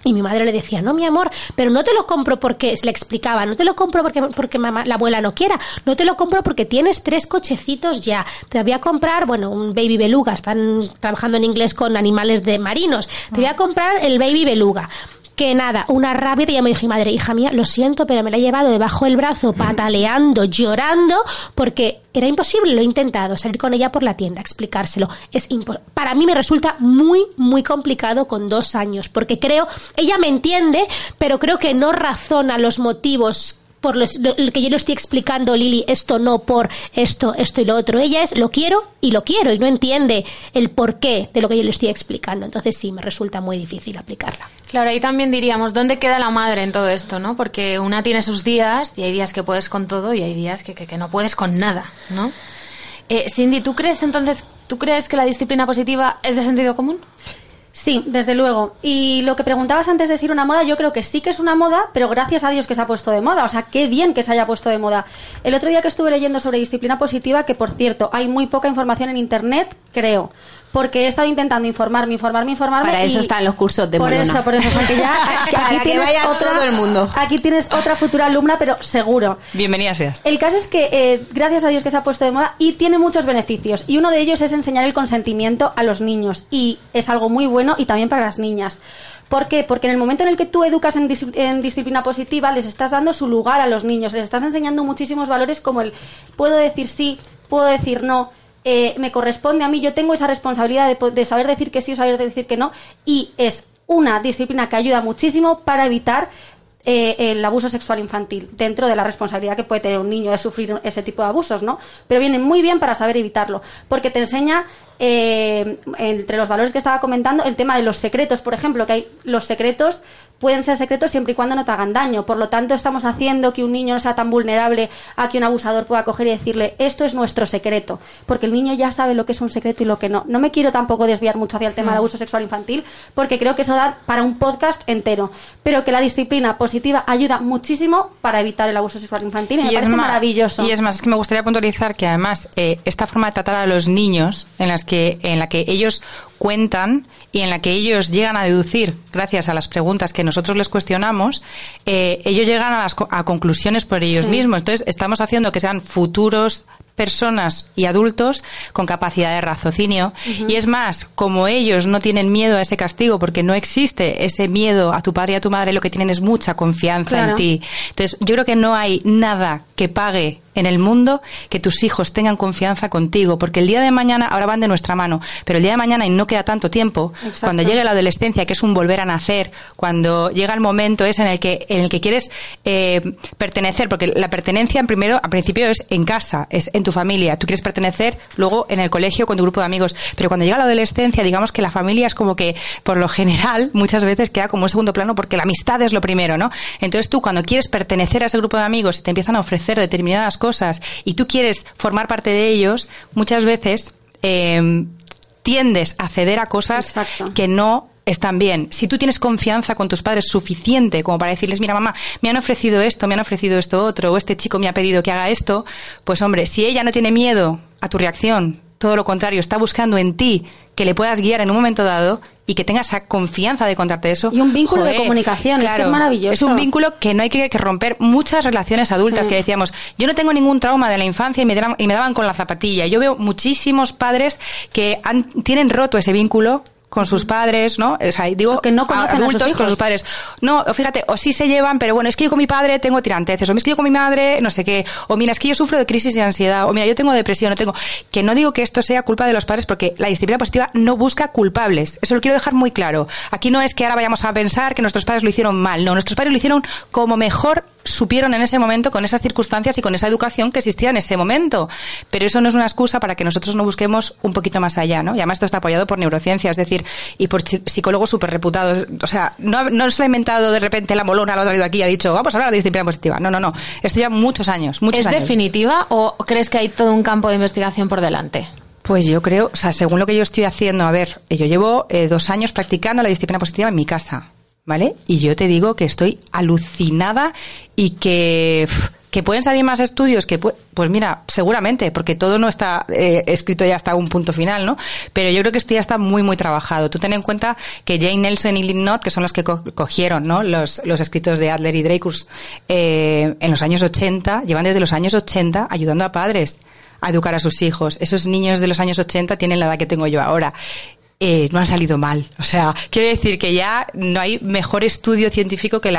Y mi madre le decía, no, mi amor, pero no te lo compro porque, le explicaba, no te lo compro porque mamá, la abuela no quiera, no te lo compro porque tienes 3 cochecitos ya, te voy a comprar, bueno, un baby beluga, están trabajando en inglés con animales de marinos, te voy a comprar el baby beluga. Que nada, una rabia, y ya me dijo mi madre, hija mía, lo siento, pero me la he llevado debajo del brazo, pataleando, llorando, porque era imposible, lo he intentado, salir con ella por la tienda, explicárselo. Para mí me resulta muy, muy complicado con 2 años, porque creo, ella me entiende, pero creo que no razona los motivos por lo que yo le estoy explicando, Lili, esto no por esto y lo otro. Ella es lo quiero y no entiende el porqué de lo que yo le estoy explicando. Entonces sí, me resulta muy difícil aplicarla. Claro, ahí también diríamos, ¿dónde queda la madre en todo esto, no? Porque una tiene sus días y hay días que puedes con todo y hay días que no puedes con nada, ¿no? Cindy, ¿tú crees que la disciplina positiva es de sentido común? Sí, desde luego. Y lo que preguntabas antes de si era una moda, yo creo que sí que es una moda, pero gracias a Dios que se ha puesto de moda. O sea, qué bien que se haya puesto de moda. El otro día que estuve leyendo sobre disciplina positiva, que por cierto, hay muy poca información en internet, creo. Porque he estado intentando informarme. Para eso están los cursos de Molona. Por eso. O sea, que ya, para que vaya todo el mundo. Aquí tienes otra futura alumna, pero seguro. Bienvenida seas. El caso es que, gracias a Dios que se ha puesto de moda y tiene muchos beneficios. Y uno de ellos es enseñar el consentimiento a los niños. Y es algo muy bueno y también para las niñas. ¿Por qué? Porque en el momento en el que tú educas en disciplina positiva, les estás dando su lugar a los niños. Les estás enseñando muchísimos valores como el puedo decir sí, puedo decir no. Me corresponde a mí, yo tengo esa responsabilidad de saber decir que sí o saber decir que no, y es una disciplina que ayuda muchísimo para evitar el abuso sexual infantil, dentro de la responsabilidad que puede tener un niño de sufrir ese tipo de abusos, ¿no? Pero viene muy bien para saber evitarlo, porque te enseña, entre los valores que estaba comentando, el tema de los secretos, por ejemplo, que los secretos pueden ser secretos siempre y cuando no te hagan daño. Por lo tanto, estamos haciendo que un niño no sea tan vulnerable a que un abusador pueda coger y decirle, esto es nuestro secreto, porque el niño ya sabe lo que es un secreto y lo que no. No me quiero tampoco desviar mucho hacia el tema del abuso sexual infantil, porque creo que eso da para un podcast entero, pero que la disciplina positiva ayuda muchísimo para evitar el abuso sexual infantil y me parece maravilloso. Y es más, es que me gustaría puntualizar que además esta forma de tratar a los niños en la que ellos cuentan y en la que ellos llegan a deducir, gracias a las preguntas que nosotros les cuestionamos, ellos llegan a conclusiones por ellos mismos. Entonces, estamos haciendo que sean futuros personas y adultos con capacidad de raciocinio. Y es más, como ellos no tienen miedo a ese castigo, porque no existe ese miedo a tu padre y a tu madre, lo que tienen es mucha confianza en ti. Entonces, yo creo que no hay nada que pague en el mundo que tus hijos tengan confianza contigo, porque el día de mañana, ahora van de nuestra mano, pero el día de mañana, y no queda tanto tiempo, cuando llegue la adolescencia, que es un volver a nacer, cuando llega el momento ese en el que quieres pertenecer, porque la pertenencia al principio es en casa, es en tu familia, tú quieres pertenecer luego en el colegio con tu grupo de amigos, pero cuando llega la adolescencia, digamos que la familia es como que, por lo general, muchas veces queda como un segundo plano, porque la amistad es lo primero, ¿no? Entonces tú, cuando quieres pertenecer a ese grupo de amigos y te empiezan a ofrecer determinadas cosas y tú quieres formar parte de ellos, muchas veces tiendes a ceder a cosas que no están bien. Si tú tienes confianza con tus padres suficiente como para decirles, mira mamá, me han ofrecido esto otro, o este chico me ha pedido que haga esto, pues hombre, si ella no tiene miedo a tu reacción, todo lo contrario, está buscando en ti que le puedas guiar en un momento dado y que tengas esa confianza de contarte eso. Y un vínculo de comunicación, claro, es que es maravilloso. Es un vínculo que no hay que romper. Muchas relaciones adultas que decíamos, yo no tengo ningún trauma de la infancia y me daban con la zapatilla. Yo veo muchísimos padres que tienen roto ese vínculo con sus padres, ¿no? O sea, digo, que no conocen adultos a sus hijos. Con sus padres. No, fíjate, o sí se llevan, pero bueno, es que yo con mi padre tengo tiranteces, o es que yo con mi madre no sé qué, o mira, es que yo sufro de crisis de ansiedad, o mira, yo tengo depresión, que no digo que esto sea culpa de los padres, porque la disciplina positiva no busca culpables. Eso lo quiero dejar muy claro. Aquí no es que ahora vayamos a pensar que nuestros padres lo hicieron mal, no, nuestros padres lo hicieron como mejor supieron en ese momento, con esas circunstancias y con esa educación que existía en ese momento. Pero eso no es una excusa para que nosotros no busquemos un poquito más allá, ¿no? Y además esto está apoyado por neurociencia, es decir, y por psicólogos súper reputados. O sea, no se lo ha inventado de repente la Molona, lo ha traído aquí y ha dicho, vamos a hablar de disciplina positiva. No. Esto lleva muchos años. ¿Es definitiva o crees que hay todo un campo de investigación por delante? Pues yo creo, o sea, según lo que yo estoy haciendo, a ver, yo llevo 2 años practicando la disciplina positiva en mi casa, ¿vale? Y yo te digo que estoy alucinada y que ¿Que pueden salir más estudios? Pues mira, seguramente, porque todo no está escrito ya hasta un punto final, ¿no? Pero yo creo que esto ya está muy, muy trabajado. Tú ten en cuenta que Jane Nelson y Lynn Knott, que son los que cogieron, ¿no?, los escritos de Adler y Dreyfus en los años 80, llevan desde los años 80 ayudando a padres a educar a sus hijos. Esos niños de los años 80 tienen la edad que tengo yo ahora. No han salido mal. O sea, quiero decir que ya no hay mejor estudio científico que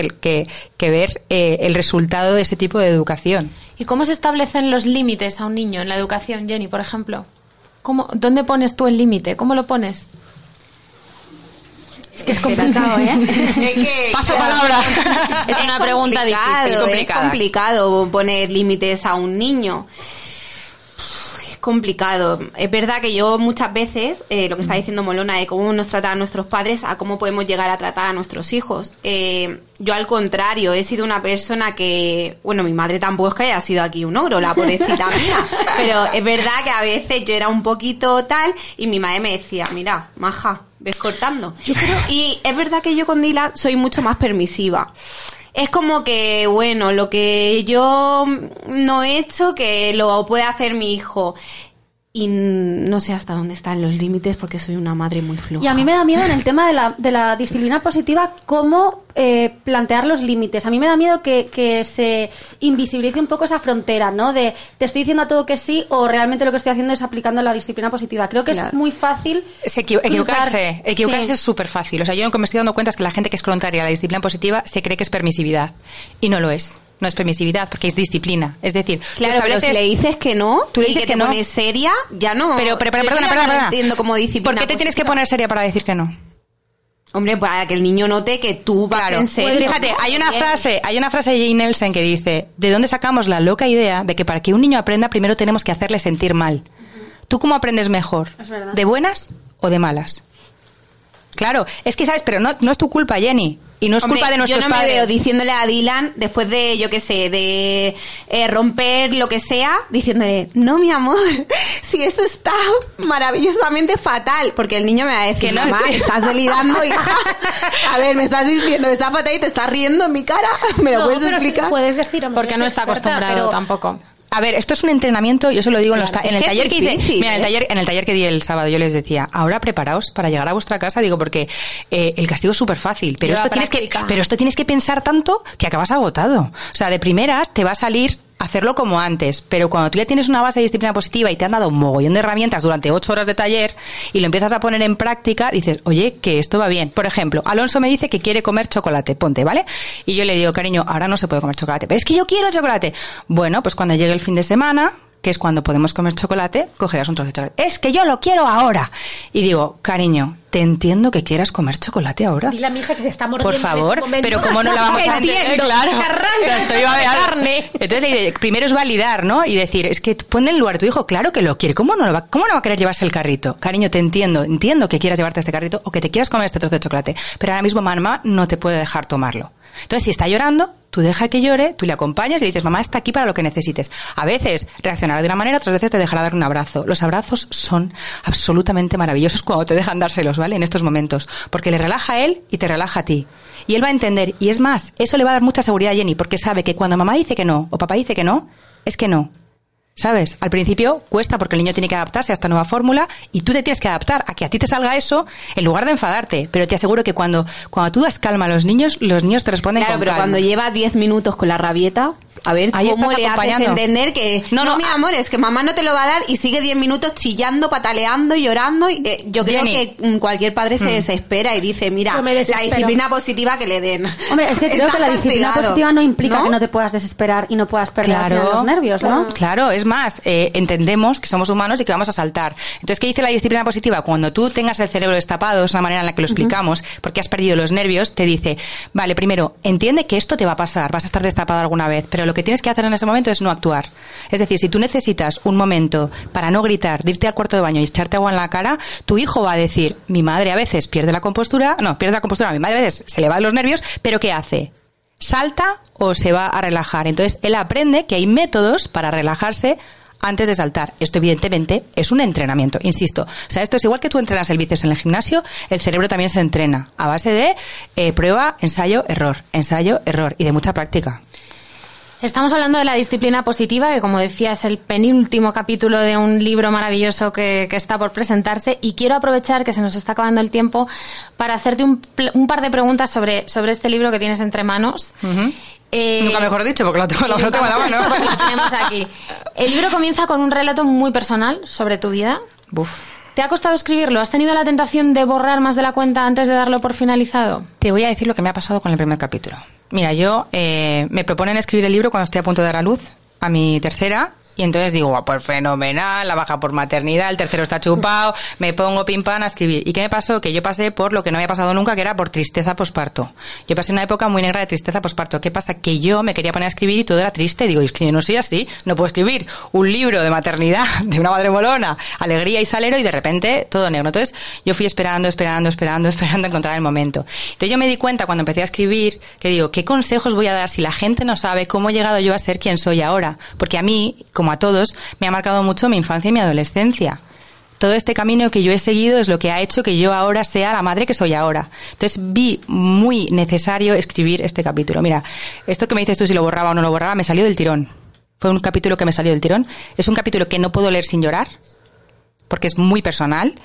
ver el resultado de ese tipo de educación. ¿Y cómo se establecen los límites a un niño en la educación, Jenny, por ejemplo? ¿Dónde pones tú el límite? ¿Cómo lo pones? Es que es complicado, ¿eh? Paso palabra. Es una pregunta difícil. Es complicado poner límites a un niño. Complicado. Es verdad que yo muchas veces, lo que está diciendo Molona de cómo nos tratan a nuestros padres, a cómo podemos llegar a tratar a nuestros hijos. Yo al contrario, he sido una persona que, bueno, mi madre tampoco es que haya sido aquí un ogro, la pobrecita mía, pero es verdad que a veces yo era un poquito tal y mi madre me decía, mira, maja, ves cortando. Y es verdad que yo con Dylan soy mucho más permisiva. Es como que, bueno, lo que yo no he hecho, que lo puede hacer mi hijo. Y no sé hasta dónde están los límites porque soy una madre muy floja. Y a mí me da miedo en el tema de la disciplina positiva cómo plantear los límites. A mí me da miedo que se invisibilice un poco esa frontera, ¿no? De te estoy diciendo a todo que sí o realmente lo que estoy haciendo es aplicando la disciplina positiva. Creo que es muy fácil equivocarse es súper fácil. O sea, yo lo que me estoy dando cuenta es que la gente que es contraria a la disciplina positiva se cree que es permisividad y no lo es. No es permisividad, porque es disciplina. Es decir, claro, pero si le dices que no, tú le dices que no, pones seria, ya no. Pero perdona. No entiendo como disciplina. ¿Por qué te tienes que poner seria para decir que no? Hombre, para que el niño note que tú vas en serio. Fíjate, hay una frase de Jane Nelson que dice, ¿de dónde sacamos la loca idea de que para que un niño aprenda primero tenemos que hacerle sentir mal? ¿Tú cómo aprendes mejor? ¿De buenas o de malas? Claro, es que sabes, pero no es tu culpa, Jenny. Y no es culpa de nuestros padres. Yo no me veo diciéndole a Dylan, después de, yo qué sé, de romper lo que sea, diciéndole, no, mi amor, si esto está maravillosamente fatal. Porque el niño me va a decir, mamá, estás delirando, hija. A ver, me estás diciendo, está fatal y te estás riendo en mi cara. ¿Me lo puedes explicar? Sí puedes decir, porque no está acostumbrado tampoco. A ver, esto es un entrenamiento, yo se lo digo en el taller que hice. Mira, en el taller que di el sábado yo les decía, ahora preparaos para llegar a vuestra casa, digo, porque el castigo es súper fácil, pero esto tienes que pensar tanto que acabas agotado. O sea, de primeras te va a salir hacerlo como antes, pero cuando tú ya tienes una base de disciplina positiva y te han dado un mogollón de herramientas durante 8 horas de taller y lo empiezas a poner en práctica, dices, oye, que esto va bien. Por ejemplo, Alonso me dice que quiere comer chocolate, ponte, ¿vale? Y yo le digo, cariño, ahora no se puede comer chocolate, pero es que yo quiero chocolate. Bueno, pues cuando llegue el fin de semana, que es cuando podemos comer chocolate, cogerás un trozo de chocolate. Es que yo lo quiero ahora. Y digo, cariño, te entiendo que quieras comer chocolate ahora. Dile a mi hija que se está mordiendo. Por favor, pero ¿cómo no la vamos a entender? Claro. Estoy carne. Entonces le diré, primero es validar, ¿no? Y decir, es que ponle en lugar a tu hijo, claro que lo quiere. ¿Cómo no va a querer llevarse el carrito? Cariño, te entiendo que quieras llevarte este carrito o que te quieras comer este trozo de chocolate, pero ahora mismo mamá no te puede dejar tomarlo. Entonces, si está llorando, tú deja que llore, tú le acompañas y le dices, mamá está aquí para lo que necesites. A veces reaccionará de una manera, otras veces te dejará dar un abrazo. Los abrazos son absolutamente maravillosos cuando te dejan dárselos, ¿vale? En estos momentos. Porque le relaja a él y te relaja a ti. Y él va a entender. Y es más, eso le va a dar mucha seguridad a Jenny, porque sabe que cuando mamá dice que no o papá dice que no, es que no. ¿Sabes? Al principio cuesta porque el niño tiene que adaptarse a esta nueva fórmula y tú te tienes que adaptar a que a ti te salga eso en lugar de enfadarte. Pero te aseguro que cuando tú das calma a los niños te responden con calma. Claro, pero cuando lleva 10 minutos con la rabieta, a ver, ahí ¿cómo le haces entender que no, mi amor, es que mamá no te lo va a dar y sigue 10 minutos chillando, pataleando y llorando? Y, yo creo que cualquier padre se desespera y dice, mira, la disciplina positiva que le den. Hombre, es que creo que la disciplina positiva no implica que no te puedas desesperar y no puedas perder los nervios, ¿no? Claro, es más, entendemos que somos humanos y que vamos a saltar. Entonces, ¿qué dice la disciplina positiva? Cuando tú tengas el cerebro destapado, es una manera en la que lo explicamos, porque has perdido los nervios, te dice, vale, primero, entiende que esto te va a pasar, vas a estar destapado alguna vez, pero lo que tienes que hacer en ese momento es no actuar. Es decir, si tú necesitas un momento para no gritar, de irte al cuarto de baño y echarte agua en la cara, tu hijo va a decir, mi madre a veces pierde la compostura, mi madre a veces se le van los nervios, pero ¿qué hace? ¿Salta o se va a relajar? Entonces, él aprende que hay métodos para relajarse antes de saltar. Esto, evidentemente, es un entrenamiento, insisto. O sea, esto es igual que tú entrenas el bíceps en el gimnasio, el cerebro también se entrena a base de prueba, ensayo, error, y de mucha práctica. Estamos hablando de la disciplina positiva, que como decía es el penúltimo capítulo de un libro maravilloso que está por presentarse, y quiero aprovechar que se nos está acabando el tiempo para hacerte un par de preguntas sobre este libro que tienes entre manos. Uh-huh. Nunca mejor dicho, porque lo tengo en la mano. Lo tenemos aquí. El libro comienza con un relato muy personal sobre tu vida. Buf. ¿Te ha costado escribirlo? ¿Has tenido la tentación de borrar más de la cuenta antes de darlo por finalizado? Te voy a decir lo que me ha pasado con el primer capítulo. Mira, yo me proponen escribir el libro cuando estoy a punto de dar a luz a mi tercera. Y entonces digo, pues fenomenal, la baja por maternidad, el tercero está chupado, me pongo pim pam a escribir. ¿Y qué me pasó? Que yo pasé por lo que no había pasado nunca, que era por tristeza posparto. Yo pasé una época muy negra de tristeza posparto. ¿Qué pasa? Que yo me quería poner a escribir y todo era triste. Digo, es que yo no soy así, no puedo escribir un libro de maternidad de una madre molona, alegría y salero, y de repente todo negro. Entonces yo fui esperando a encontrar el momento. Entonces yo me di cuenta cuando empecé a escribir que digo, ¿qué consejos voy a dar si la gente no sabe cómo he llegado yo a ser quien soy ahora? Porque a mí, como a todos, me ha marcado mucho mi infancia y mi adolescencia. Todo este camino que yo he seguido es lo que ha hecho que yo ahora sea la madre que soy ahora. Entonces vi muy necesario escribir este capítulo. Mira, esto que me dices tú si lo borraba o no lo borraba, me salió del tirón. Fue un capítulo que me salió del tirón. Es un capítulo que no puedo leer sin llorar, porque es muy personal.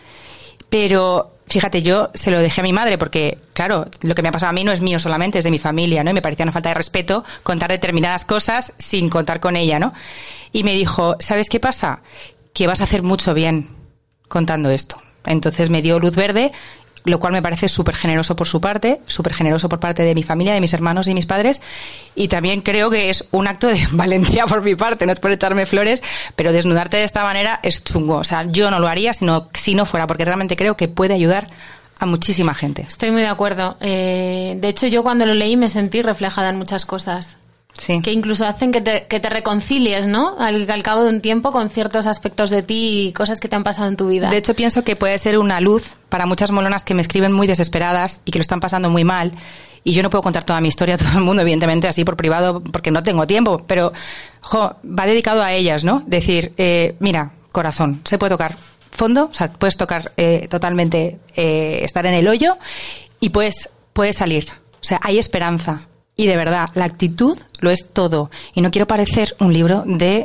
Pero fíjate, yo se lo dejé a mi madre porque, claro, lo que me ha pasado a mí no es mío solamente, es de mi familia, ¿no? Y me parecía una falta de respeto contar determinadas cosas sin contar con ella, ¿no? Y me dijo, ¿sabes qué pasa? Que vas a hacer mucho bien contando esto. Entonces me dio luz verde, lo cual me parece súper generoso por su parte, súper generoso por parte de mi familia, de mis hermanos y mis padres, y también creo que es un acto de valentía por mi parte, no es por echarme flores, pero desnudarte de esta manera es chungo. O sea, yo no lo haría si no fuera, porque realmente creo que puede ayudar a muchísima gente. Estoy muy de acuerdo. De hecho, yo cuando lo leí me sentí reflejada en muchas cosas. Sí. Que incluso hacen que te reconcilies, ¿no? Al cabo de un tiempo con ciertos aspectos de ti y cosas que te han pasado en tu vida. De hecho, pienso que puede ser una luz para muchas molonas que me escriben muy desesperadas y que lo están pasando muy mal. Y yo no puedo contar toda mi historia a todo el mundo, evidentemente, así por privado, porque no tengo tiempo. Pero, va dedicado a ellas, ¿no? Decir, mira, corazón, se puede tocar fondo, o sea, puedes tocar totalmente, estar en el hoyo y puedes salir. O sea, hay esperanza. Y de verdad, la actitud lo es todo. Y no quiero parecer un libro de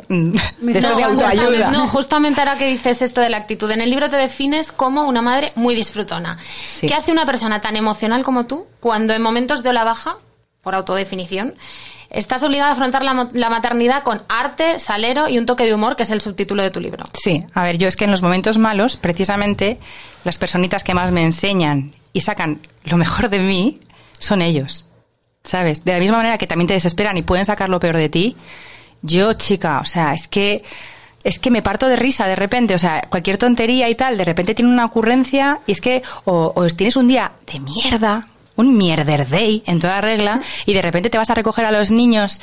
autoayuda. No, justamente ahora que dices esto de la actitud. En el libro te defines como una madre muy disfrutona. Sí. ¿Qué hace una persona tan emocional como tú cuando en momentos de ola baja, por autodefinición, estás obligada a afrontar la maternidad con arte, salero y un toque de humor, que es el subtítulo de tu libro? Sí, a ver, yo es que en los momentos malos, precisamente, las personitas que más me enseñan y sacan lo mejor de mí son ellos. ¿Sabes? De la misma manera que también te desesperan y pueden sacar lo peor de ti. Yo, chica, o sea, es que me parto de risa de repente, o sea, cualquier tontería y tal, de repente tiene una ocurrencia y es que o tienes un día de mierda, un mierder day en toda regla, y de repente te vas a recoger a los niños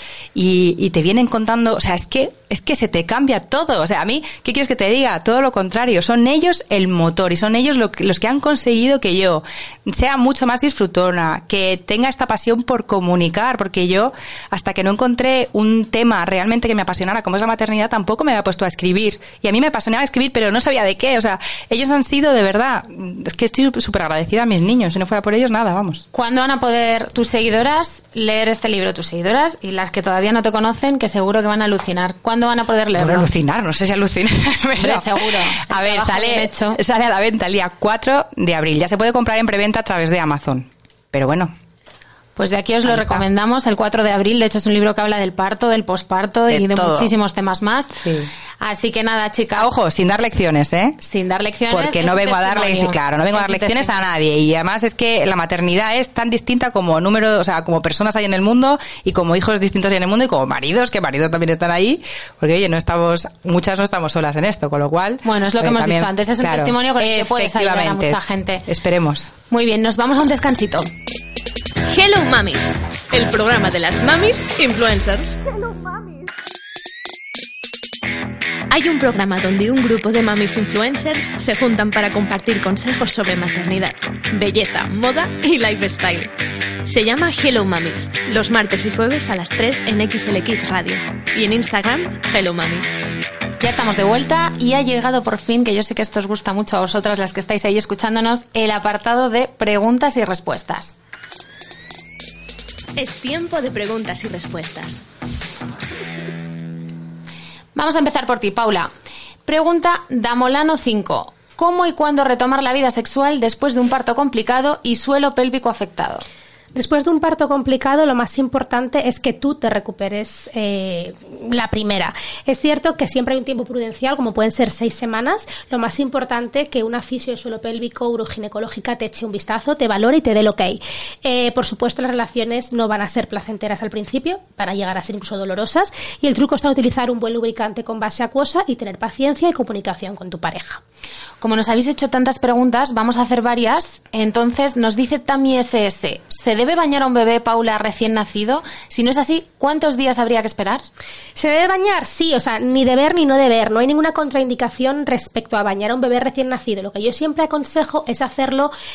y te vienen contando, o sea, es que se te cambia todo. O sea, a mí, ¿qué quieres que te diga? Todo lo contrario, son ellos el motor y son ellos los que han conseguido que yo sea mucho más disfrutona, que tenga esta pasión por comunicar, porque yo, hasta que no encontré un tema realmente que me apasionara, como es la maternidad, tampoco me había puesto a escribir. Y a mí me apasionaba escribir, pero no sabía de qué. O sea, ellos han sido, de verdad, es que estoy súper agradecida a mis niños. Si no fuera por ellos, nada, vamos. ¿Cuándo van a poder tus seguidoras leer este libro? Tus seguidoras y las que todavía no te conocen, que seguro que van a alucinar. ¿Cuándo van a poder leerlo? No alucinar, no sé si alucinar. Hombre, seguro. A ver, sale a la venta el día 4 de abril. Ya se puede comprar en preventa a través de Amazon. Pero bueno. Pues de aquí os lo recomendamos, el 4 de abril. De hecho, es un libro que habla del parto, del posparto y de muchísimos temas más. Sí. Así que nada, chicas. Ojo, sin dar lecciones, ¿eh? Sin dar lecciones. Porque no vengo a darle lecciones a nadie. Y además es que la maternidad es tan distinta como como personas hay en el mundo y como hijos distintos hay en el mundo y como maridos, que maridos también están ahí. Porque, oye, muchas no estamos solas en esto, con lo cual. Bueno, es lo que hemos dicho antes, es un testimonio con el que puedes ayudar a mucha gente. Esperemos. Muy bien, nos vamos a un descansito. Hello Mamis, el programa de las mamis influencers. Hay un programa donde un grupo de mamis influencers se juntan para compartir consejos sobre maternidad, belleza, moda y lifestyle. Se llama Hello Mamis, los martes y jueves a las 3 en XL Kids Radio y en Instagram, Hello Mamis. Ya estamos de vuelta y ha llegado por fin, que yo sé que esto os gusta mucho a vosotras las que estáis ahí escuchándonos, el apartado de preguntas y respuestas. Es tiempo de preguntas y respuestas. Vamos a empezar por ti, Paula. Pregunta Damolano 5. ¿Cómo y cuándo retomar la vida sexual después de un parto complicado y suelo pélvico afectado? Después de un parto complicado, lo más importante es que tú te recuperes la primera. Es cierto que siempre hay un tiempo prudencial, como pueden ser 6 semanas. Lo más importante que una fisio de suelo pélvico uroginecológica te eche un vistazo, te valore y te dé el ok. Por supuesto, las relaciones no van a ser placenteras al principio, para llegar a ser incluso dolorosas. Y el truco está en utilizar un buen lubricante con base acuosa y tener paciencia y comunicación con tu pareja. Como nos habéis hecho tantas preguntas, vamos a hacer varias. Entonces, nos dice Tami SS, ¿se debe bañar a un bebé, Paula, recién nacido? Si no es así, ¿cuántos días habría que esperar? ¿Se debe bañar? Sí, o sea, ni deber ni no deber. No hay ninguna contraindicación respecto a bañar a un bebé recién nacido. Lo que yo siempre aconsejo es hacer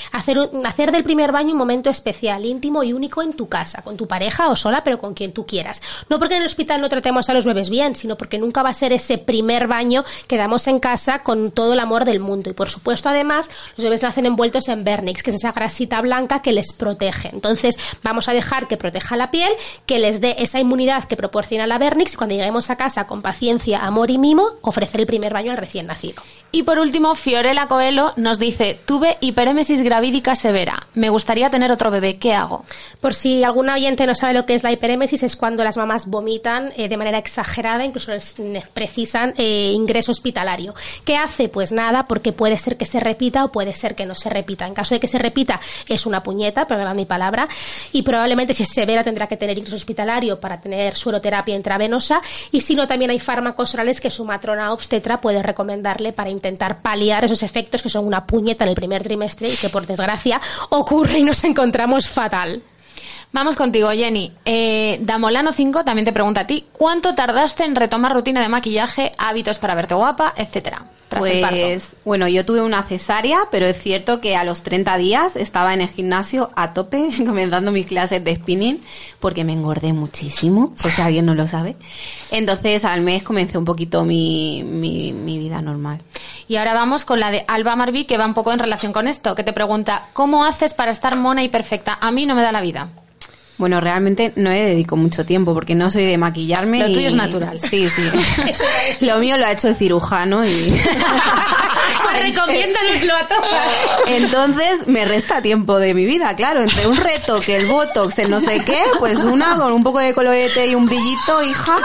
del primer baño un momento especial, íntimo y único en tu casa, con tu pareja o sola, pero con quien tú quieras. No porque en el hospital no tratemos a los bebés bien, sino porque nunca va a ser ese primer baño que damos en casa con todo el amor del mundo. Y por supuesto, además, los bebés nacen envueltos en vernix, que es esa grasita blanca que les protege. Entonces, vamos a dejar que proteja la piel, que les dé esa inmunidad que proporciona la vernix, y cuando lleguemos a casa con paciencia, amor y mimo, ofrecer el primer baño al recién nacido. Y por último, Fiorella Coelho nos dice, tuve hiperémesis gravídica severa, me gustaría tener otro bebé, ¿qué hago? Por si algún oyente no sabe lo que es la hiperémesis, es cuando las mamás vomitan de manera exagerada, incluso les precisan ingreso hospitalario. ¿Qué hace? Pues nada, porque puede ser que se repita o puede ser que no se repita. En caso de que se repita, es una puñeta, perdonad mi palabra, y probablemente si es severa tendrá que tener ingreso hospitalario para tener sueroterapia intravenosa, y si no, también hay fármacos orales que su matrona obstetra puede recomendarle para intentar paliar esos efectos que son una puñeta en el primer trimestre y que por desgracia ocurre y nos encontramos fatal. Vamos contigo, Jenny. Damolano 5 también te pregunta a ti, ¿cuánto tardaste en retomar rutina de maquillaje, hábitos para verte guapa, etcétera? Pues, bueno, yo tuve una cesárea, pero es cierto que a los 30 días estaba en el gimnasio a tope, comenzando mis clases de spinning, porque me engordé muchísimo, por si alguien no lo sabe. Entonces, al mes comencé un poquito mi vida normal. Y ahora vamos con la de Alba Marví, que va un poco en relación con esto, que te pregunta, ¿cómo haces para estar mona y perfecta? A mí no me da la vida. Bueno, realmente no le dedico mucho tiempo porque no soy de maquillarme. Lo tuyo es natural. Sí, sí. Lo mío lo ha hecho el cirujano y... Pues recomiéndanoslo a todas. Entonces me resta tiempo de mi vida, claro. Entre un retoque, el botox, el no sé qué, pues una con un poco de colorete y un brillito, hija,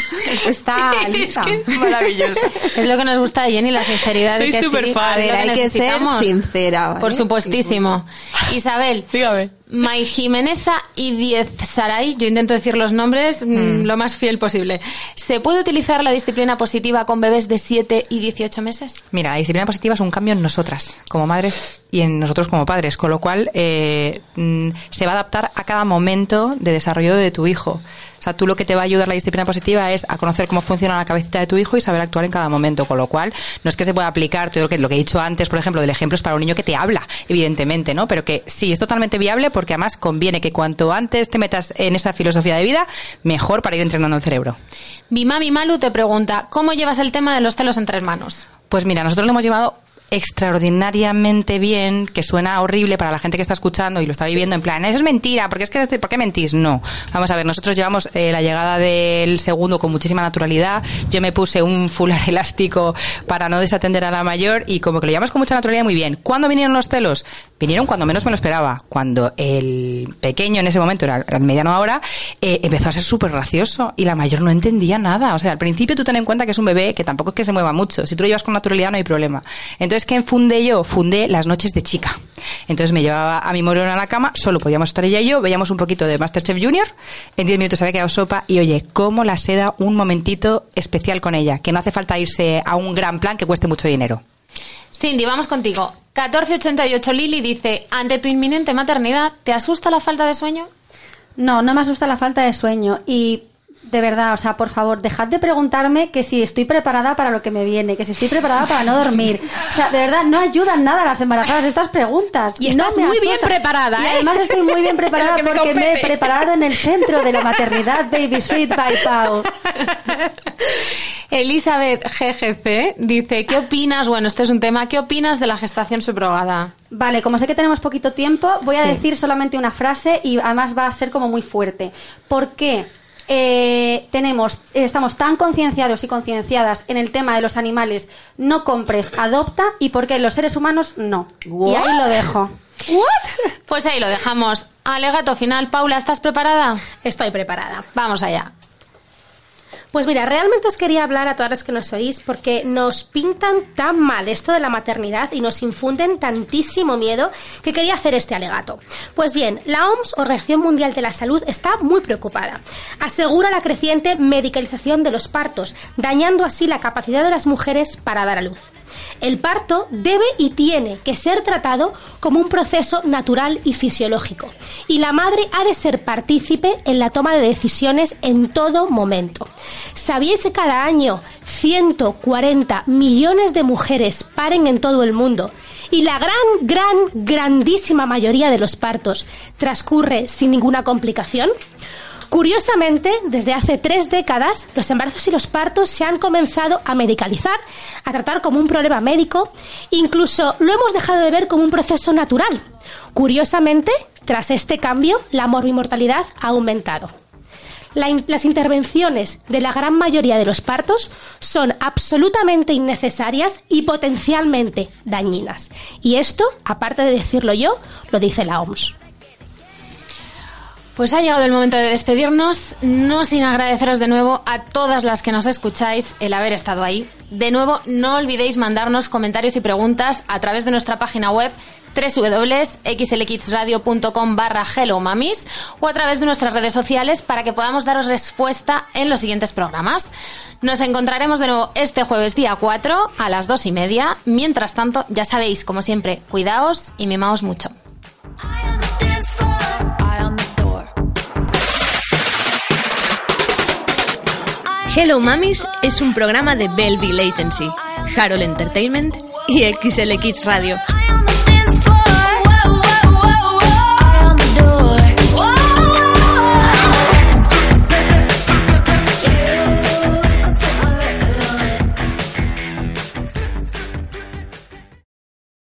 está lista. Es que es maravilloso. Es lo que nos gusta de Jenny, la sinceridad. Soy de que súper sí, fan. A ver, hay que ser sincera, ¿vale? Por supuestísimo. Isabel, dígame. May Jimeneza y Diez Saray, yo intento decir los nombres lo más fiel posible. ¿Se puede utilizar la disciplina positiva con bebés de 7 y 18 meses? Mira, la disciplina positiva es un cambio en nosotras, como madres, y en nosotros como padres, con lo cual se va a adaptar a cada momento de desarrollo de tu hijo. O sea, tú lo que te va a ayudar la disciplina positiva es a conocer cómo funciona la cabecita de tu hijo y saber actuar en cada momento, con lo cual no es que se pueda aplicar todo lo que he dicho antes, por ejemplo, del ejemplo es para un niño que te habla, evidentemente, ¿no? Pero que sí, es totalmente viable porque además conviene que cuanto antes te metas en esa filosofía de vida, mejor para ir entrenando el cerebro. Bimami Malu te pregunta, ¿cómo llevas el tema de los celos entre hermanos? Pues mira, nosotros lo hemos llevado extraordinariamente bien, que suena horrible para la gente que está escuchando y lo está viviendo en plan, eso es mentira, porque es que ¿por qué mentís? No. Vamos a ver, nosotros llevamos la llegada del segundo con muchísima naturalidad. Yo me puse un fular elástico para no desatender a la mayor y como que lo llevamos con mucha naturalidad muy bien. ¿Cuándo vinieron los celos? Vinieron cuando menos me lo esperaba. Cuando el pequeño en ese momento, era el mediano ahora, empezó a ser súper gracioso y la mayor no entendía nada. O sea, al principio tú ten en cuenta que es un bebé que tampoco es que se mueva mucho. Si tú lo llevas con naturalidad no hay problema. Entonces, ¿qué fundé yo? Fundé las noches de chica. Entonces me llevaba a mi morona a la cama, solo podíamos estar ella y yo, veíamos un poquito de MasterChef Junior, en 10 minutos había quedado sopa y oye, cómo la seda un momentito especial con ella, que no hace falta irse a un gran plan que cueste mucho dinero. Cindy, vamos contigo. 1488 Lili dice, ante tu inminente maternidad, ¿te asusta la falta de sueño? No, no me asusta la falta de sueño y... De verdad, o sea, por favor, dejad de preguntarme que si estoy preparada para lo que me viene, que si estoy preparada para no dormir. O sea, de verdad, no ayudan nada a las embarazadas estas preguntas. Y estás muy bien preparada, ¿eh? Y además estoy muy bien preparada porque me he preparado en el centro de la maternidad Baby Sweet by Pau. Elizabeth GGC dice, ¿qué opinas? Bueno, este es un tema, ¿qué opinas de la gestación subrogada? Vale, como sé que tenemos poquito tiempo, voy a decir solamente una frase y además va a ser como muy fuerte. ¿Por qué estamos tan concienciados y concienciadas en el tema de los animales, no compres, adopta, y porque los seres humanos no. ¿What? Y ahí lo dejo. Pues ahí lo dejamos. Alegato final. Paula, ¿estás preparada? Estoy preparada. Vamos allá. Pues mira, realmente os quería hablar a todas las que nos oís porque nos pintan tan mal esto de la maternidad y nos infunden tantísimo miedo que quería hacer este alegato. Pues bien, la OMS, Organización Mundial de la Salud, está muy preocupada. Asegura la creciente medicalización de los partos, dañando así la capacidad de las mujeres para dar a luz. El parto debe y tiene que ser tratado como un proceso natural y fisiológico, y la madre ha de ser partícipe en la toma de decisiones en todo momento. ¿Sabíais que cada año 140 millones de mujeres paren en todo el mundo y la grandísima mayoría de los partos transcurre sin ninguna complicación? Curiosamente, desde hace 3 décadas, los embarazos y los partos se han comenzado a medicalizar, a tratar como un problema médico, incluso lo hemos dejado de ver como un proceso natural. Curiosamente, tras este cambio, la morbimortalidad ha aumentado. Las intervenciones de la gran mayoría de los partos son absolutamente innecesarias y potencialmente dañinas. Y esto, aparte de decirlo yo, lo dice la OMS. Pues ha llegado el momento de despedirnos, no sin agradeceros de nuevo a todas las que nos escucháis el haber estado ahí. De nuevo, no olvidéis mandarnos comentarios y preguntas a través de nuestra página web www.xlkidsradio.com/hellomamis o a través de nuestras redes sociales para que podamos daros respuesta en los siguientes programas. Nos encontraremos de nuevo este jueves día 4 a las 2:30. Mientras tanto, ya sabéis, como siempre, cuidaos y mimaos mucho. Hello Mamis es un programa de Belleville Agency, Harold Entertainment y XL Kids Radio.